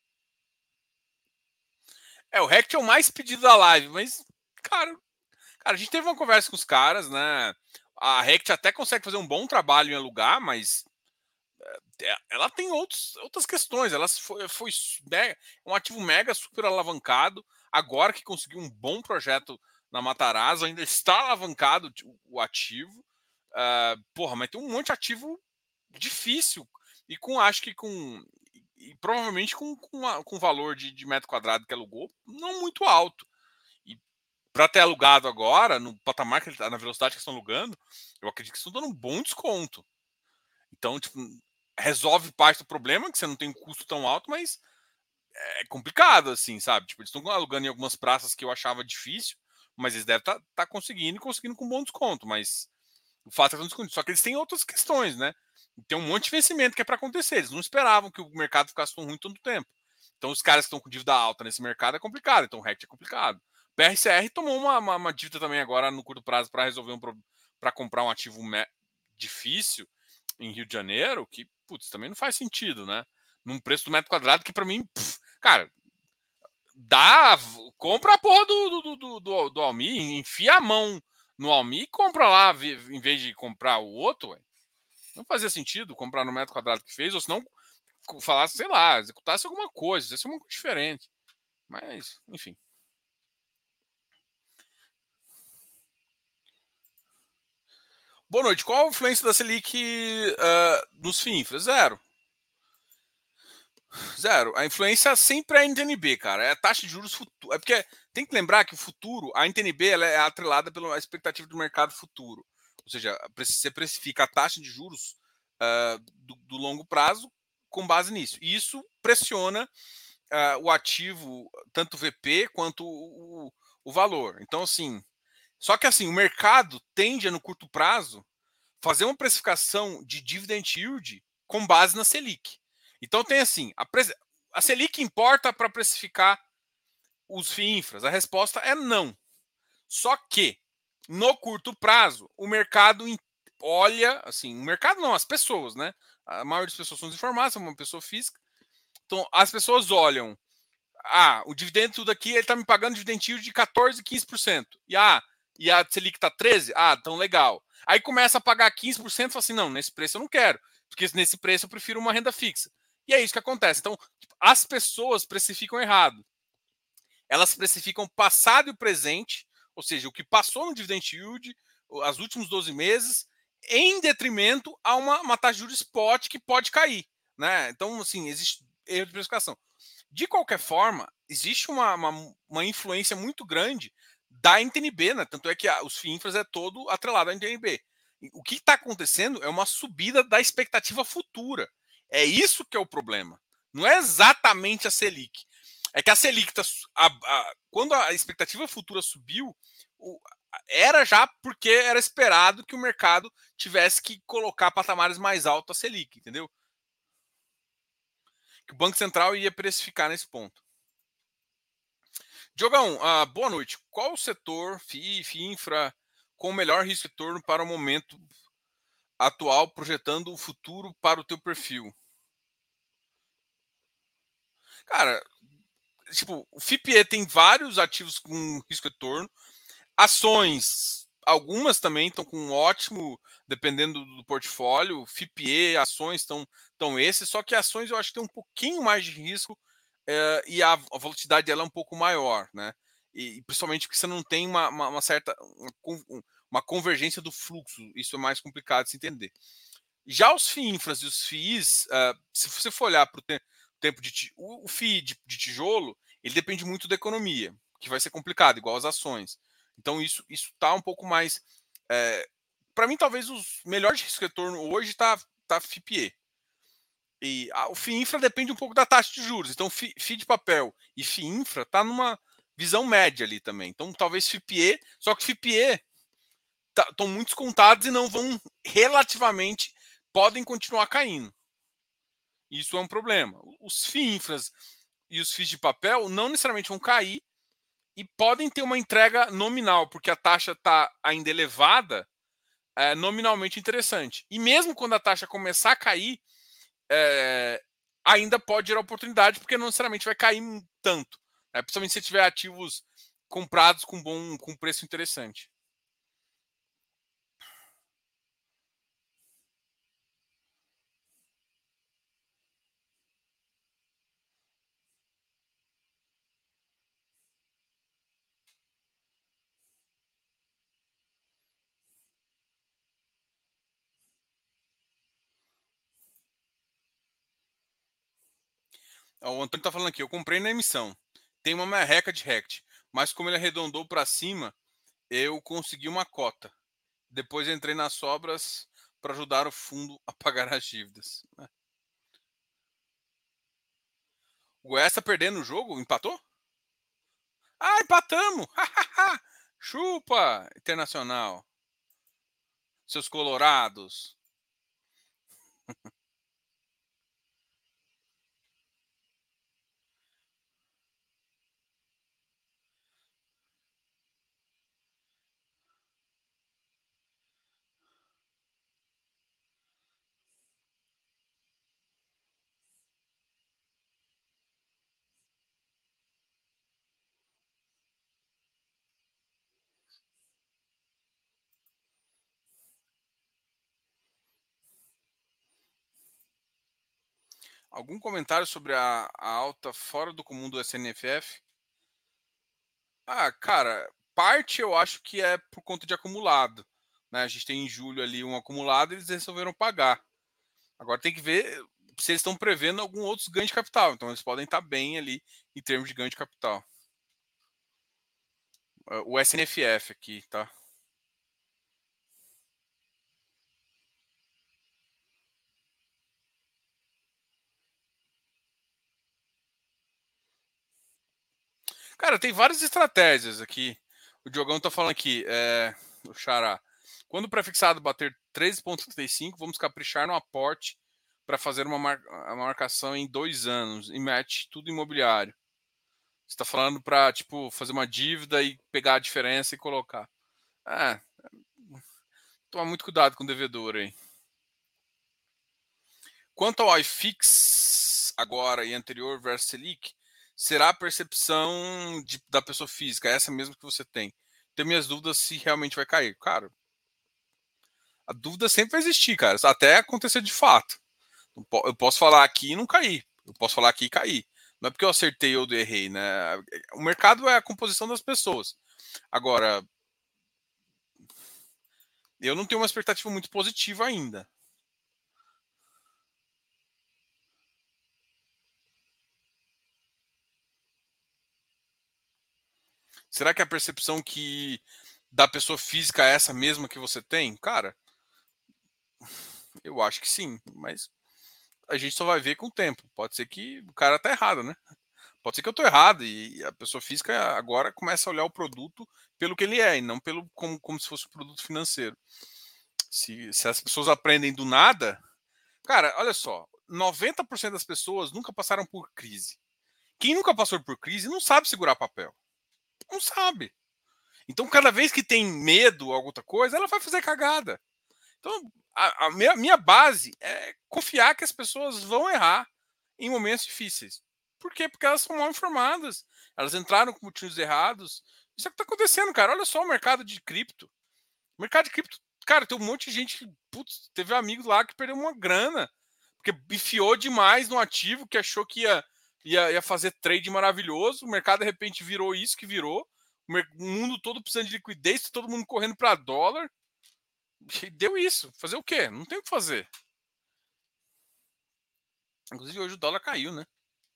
É, o Rect é o mais pedido da live, mas, cara, cara, a gente teve uma conversa com os caras, né? A Rect até consegue fazer um bom trabalho em alugar, mas ela tem outros, outras questões. Ela foi, foi um ativo mega super alavancado. Agora que conseguiu um bom projeto na Matarazzo, ainda está alavancado o ativo. Uh, porra, mas tem um monte de ativo difícil. E com, acho que com. E provavelmente com, com, a, com valor de, de metro quadrado que alugou não muito alto. E para ter alugado agora, no patamar que ele tá, na velocidade que estão alugando, eu acredito que estão dando um bom desconto. Então, tipo, resolve parte do problema, que você não tem um custo tão alto, mas é complicado, assim, sabe? Tipo, eles estão alugando em algumas praças que eu achava difícil, mas eles devem estar tá, tá conseguindo e conseguindo com bom desconto, mas o fato é que estão descontando. Só que eles têm outras questões, né? Tem um monte de vencimento que é para acontecer. Eles não esperavam que o mercado ficasse tão ruim tanto tempo. Então, os caras que estão com dívida alta nesse mercado é complicado. Então, o R E C é complicado. O B R C R tomou uma, uma, uma dívida também agora no curto prazo para resolver um para comprar um ativo difícil em Rio de Janeiro, que, putz, também não faz sentido, né? Num preço do metro quadrado que para mim, pff, cara, dá, compra a porra do, do, do, do, do Almi, enfia a mão no Almi e compra lá, em vez de comprar o outro, ué. Não fazia sentido comprar no metro quadrado que fez, ou senão falasse, sei lá, executasse alguma coisa, isso é uma coisa diferente. Mas, enfim. Boa noite. Qual a influência da Selic uh, nos F I I N F R A? Zero. Zero. A influência sempre é a N T N B, cara. É a taxa de juros futuro. É porque tem que lembrar que o futuro, a N T N B ela é atrelada pela expectativa do mercado futuro. Ou seja, você precifica a taxa de juros uh, do, do longo prazo com base nisso. E isso pressiona uh, o ativo, tanto o V P quanto o, o, o valor. Então, assim, só que assim, o mercado tende a, no curto prazo, fazer uma precificação de dividend yield com base na Selic. Então tem assim, a, a Selic importa para precificar os F I I N F R As? A resposta é não. Só que, no curto prazo, o mercado olha, assim, o mercado não, as pessoas, né? A maioria das pessoas são desinformadas, são uma pessoa física. Então, as pessoas olham, ah, o dividendo tudo aqui, ele está me pagando dividend yield de quatorze, quinze por cento. E, ah, e a Selic está treze? Ah, então legal. Aí começa a pagar quinze por cento e fala assim, não, nesse preço eu não quero, porque nesse preço eu prefiro uma renda fixa. E é isso que acontece. Então, as pessoas precificam errado. Elas precificam passado e o presente, ou seja, o que passou no dividend yield, os últimos doze meses, em detrimento a uma, uma taxa de juros spot que pode cair. Né? Então, assim, existe erro de precificação. De qualquer forma, existe uma, uma, uma influência muito grande da N T N B, né? Tanto é que a, os F I I N F R As é todo atrelado à N T N B. O que está acontecendo é uma subida da expectativa futura. É isso que é o problema. Não é exatamente a Selic. É que a Selic, tá, a, a, quando a expectativa futura subiu, o, era já porque era esperado que o mercado tivesse que colocar patamares mais altos a Selic, entendeu? Que o Banco Central ia precificar nesse ponto. Diogão, uh, boa noite. Qual o setor F I I, F I I Infra com o melhor risco de retorno para o momento atual, projetando o futuro para o teu perfil? Cara, tipo, o F I P E tem vários ativos com risco de retorno. Ações, algumas também estão com um ótimo, dependendo do portfólio. F I P E, ações estão, estão esses, só que ações eu acho que tem um pouquinho mais de risco é, e a, a volatilidade dela é um pouco maior, né? E, principalmente porque você não tem uma, uma, uma certa uma, uma convergência do fluxo, isso é mais complicado de se entender. Já os F I I Infras e os F I Is, uh, se você for olhar para o te tempo de o, o F I I de, de tijolo, ele depende muito da economia, que vai ser complicado, igual as ações. Então isso isso está um pouco mais. É, para mim, talvez os melhores risco retorno hoje está tá F I P E. E a, o F I I Infra depende um pouco da taxa de juros. Então, F I, F I de papel e F I I Infra está numa visão média ali também. Então, talvez F I P E, só que F I P E estão tá, muito descontados e não vão relativamente, podem continuar caindo. Isso é um problema. Os F I I Infras e os F I Is de papel não necessariamente vão cair e podem ter uma entrega nominal, porque a taxa está ainda elevada, é nominalmente interessante. E mesmo quando a taxa começar a cair, é, ainda pode gerar oportunidade, porque não necessariamente vai cair tanto. Né? Principalmente se tiver ativos comprados com bom com preço interessante. O Antônio está falando aqui, eu comprei na emissão. Tem uma merreca de rect, mas como ele arredondou para cima, eu consegui uma cota. Depois entrei nas sobras para ajudar o fundo a pagar as dívidas. O Goiás está perdendo o jogo? Empatou? Ah, empatamos! Chupa, Internacional. Seus colorados. Algum comentário sobre a, a alta fora do comum do S N F F? Ah, cara, parte eu acho que é por conta de acumulado, né? A gente tem em julho ali um acumulado e eles resolveram pagar. Agora tem que ver se eles estão prevendo algum outros ganhos de capital. Então eles podem estar bem ali em termos de ganho de capital. Ah, o S N F F aqui, tá? Cara, tem várias estratégias aqui. O Diogão tá falando aqui, é, o Xará. Quando o prefixado bater treze vírgula trinta e cinco, vamos caprichar no aporte para fazer uma, mar uma marcação em dois anos e mete tudo imobiliário. Você está falando para tipo fazer uma dívida e pegar a diferença e colocar. Ah, toma muito cuidado com o devedor aí. Quanto ao iFix agora e anterior versus Selic, será a percepção de, da pessoa física, essa mesmo que você tem. Tenho minhas dúvidas se realmente vai cair. Cara, a dúvida sempre vai existir, cara, até acontecer de fato. Eu posso falar aqui e não cair. Eu posso falar aqui e cair. Não é porque eu acertei ou errei, né? O mercado é a composição das pessoas. Agora, eu não tenho uma expectativa muito positiva ainda. Será que a percepção que da pessoa física é essa mesma que você tem? Cara, eu acho que sim, mas a gente só vai ver com o tempo. Pode ser que o cara tá errado, né? Pode ser que eu tô errado e a pessoa física agora começa a olhar o produto pelo que ele é e não pelo como, como se fosse um produto financeiro. Se, se as pessoas aprendem do nada, cara, olha só, noventa por cento das pessoas nunca passaram por crise. Quem nunca passou por crise não sabe segurar papel. Não sabe. Então, cada vez que tem medo ou alguma outra coisa, ela vai fazer cagada. Então, a, a minha, minha base é confiar que as pessoas vão errar em momentos difíceis. Por quê? Porque elas são mal informadas. Elas entraram com motivos errados. Isso é o que está acontecendo, cara. Olha só o mercado de cripto. O mercado de cripto, cara, tem um monte de gente que, putz, teve amigos lá que perdeu uma grana. Porque bifiou demais no ativo, que achou que ia, ia, ia fazer trade maravilhoso. O mercado, de repente, virou isso que virou. O mundo todo precisando de liquidez, todo mundo correndo para dólar. Deu isso. Fazer o quê? Não tem o que fazer. Inclusive, hoje o dólar caiu, né?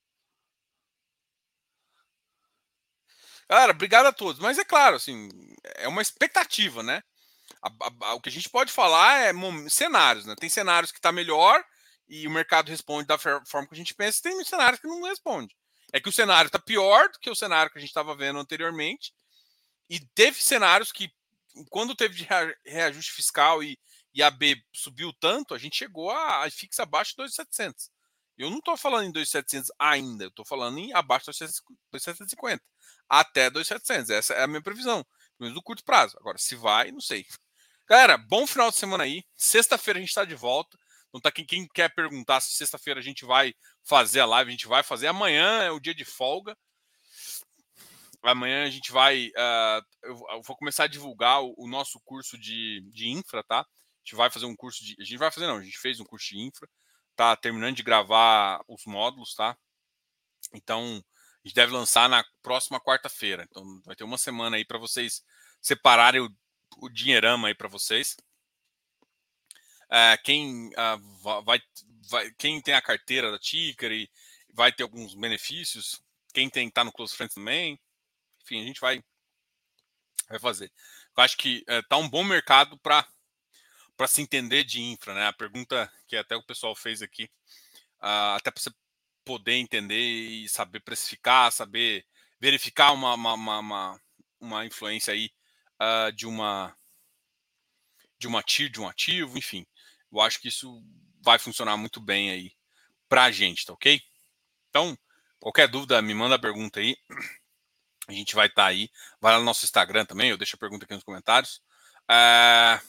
Cara, obrigado a todos. Mas é claro, assim, é uma expectativa, né? A, a, a, o que a gente pode falar é cenários, né? Tem cenários que está melhor e o mercado responde da forma que a gente pensa, e tem cenários que não responde. É que o cenário está pior do que o cenário que a gente estava vendo anteriormente, e teve cenários que, quando teve de reajuste fiscal e, e a B subiu tanto, a gente chegou a, a fixa abaixo de dois mil e setecentos. Eu não estou falando em dois mil e setecentos ainda, eu estou falando em abaixo de dois mil setecentos e cinquenta. Até dois mil e setecentos. Essa é a minha previsão, pelo menos no curto prazo. Agora, se vai, não sei. Galera, bom final de semana aí. Sexta-feira a gente está de volta. Não tá quem, quem quer perguntar se sexta-feira a gente vai fazer a live, a gente vai fazer. Amanhã é o dia de folga. Amanhã a gente vai. Uh, eu, eu vou começar a divulgar o, o nosso curso de, de infra, tá? A gente vai fazer um curso de. A gente vai fazer, não, a gente fez um curso de infra. Tá terminando de gravar os módulos, tá? Então, a gente deve lançar na próxima quarta-feira. Então, vai ter uma semana aí para vocês separarem o, o dinheirama aí para vocês. Uh, quem, uh, vai, vai, quem tem a carteira da Tickery vai ter alguns benefícios. Quem tem tá no Close Friends também. Enfim, a gente vai, vai fazer. Eu acho que uh, tá um bom mercado para para se entender de infra, né? A pergunta que até o pessoal fez aqui, uh, até para você poder entender e saber precificar, saber verificar uma, uma, uma, uma influência aí uh, de uma de uma TIR, de um ativo, enfim. Eu acho que isso vai funcionar muito bem aí para a gente, tá ok? Então, qualquer dúvida, me manda a pergunta aí. A gente vai estar tá aí. Vai lá no nosso Instagram também, eu deixo a pergunta aqui nos comentários. Uh...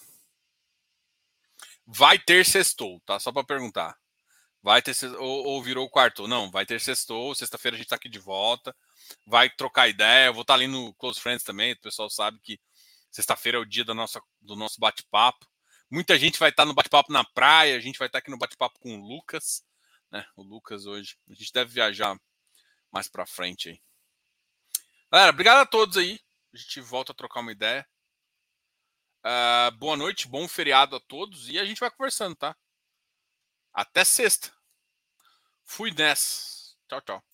Vai ter sextou, tá? Só para perguntar. Vai ter ou, ou virou quarto? Não, vai ter sextou. Sexta-feira a gente tá aqui de volta. Vai trocar ideia. Eu vou estar tá ali no Close Friends também. O pessoal sabe que sexta-feira é o dia da nossa, do nosso bate-papo. Muita gente vai estar tá no bate-papo na praia. A gente vai estar tá aqui no bate-papo com o Lucas, né? O Lucas hoje. A gente deve viajar mais para frente aí. Galera, obrigado a todos aí. A gente volta a trocar uma ideia. Uh, boa noite, bom feriado a todos. E a gente vai conversando, tá? Até sexta. Fui nessa. Tchau, tchau.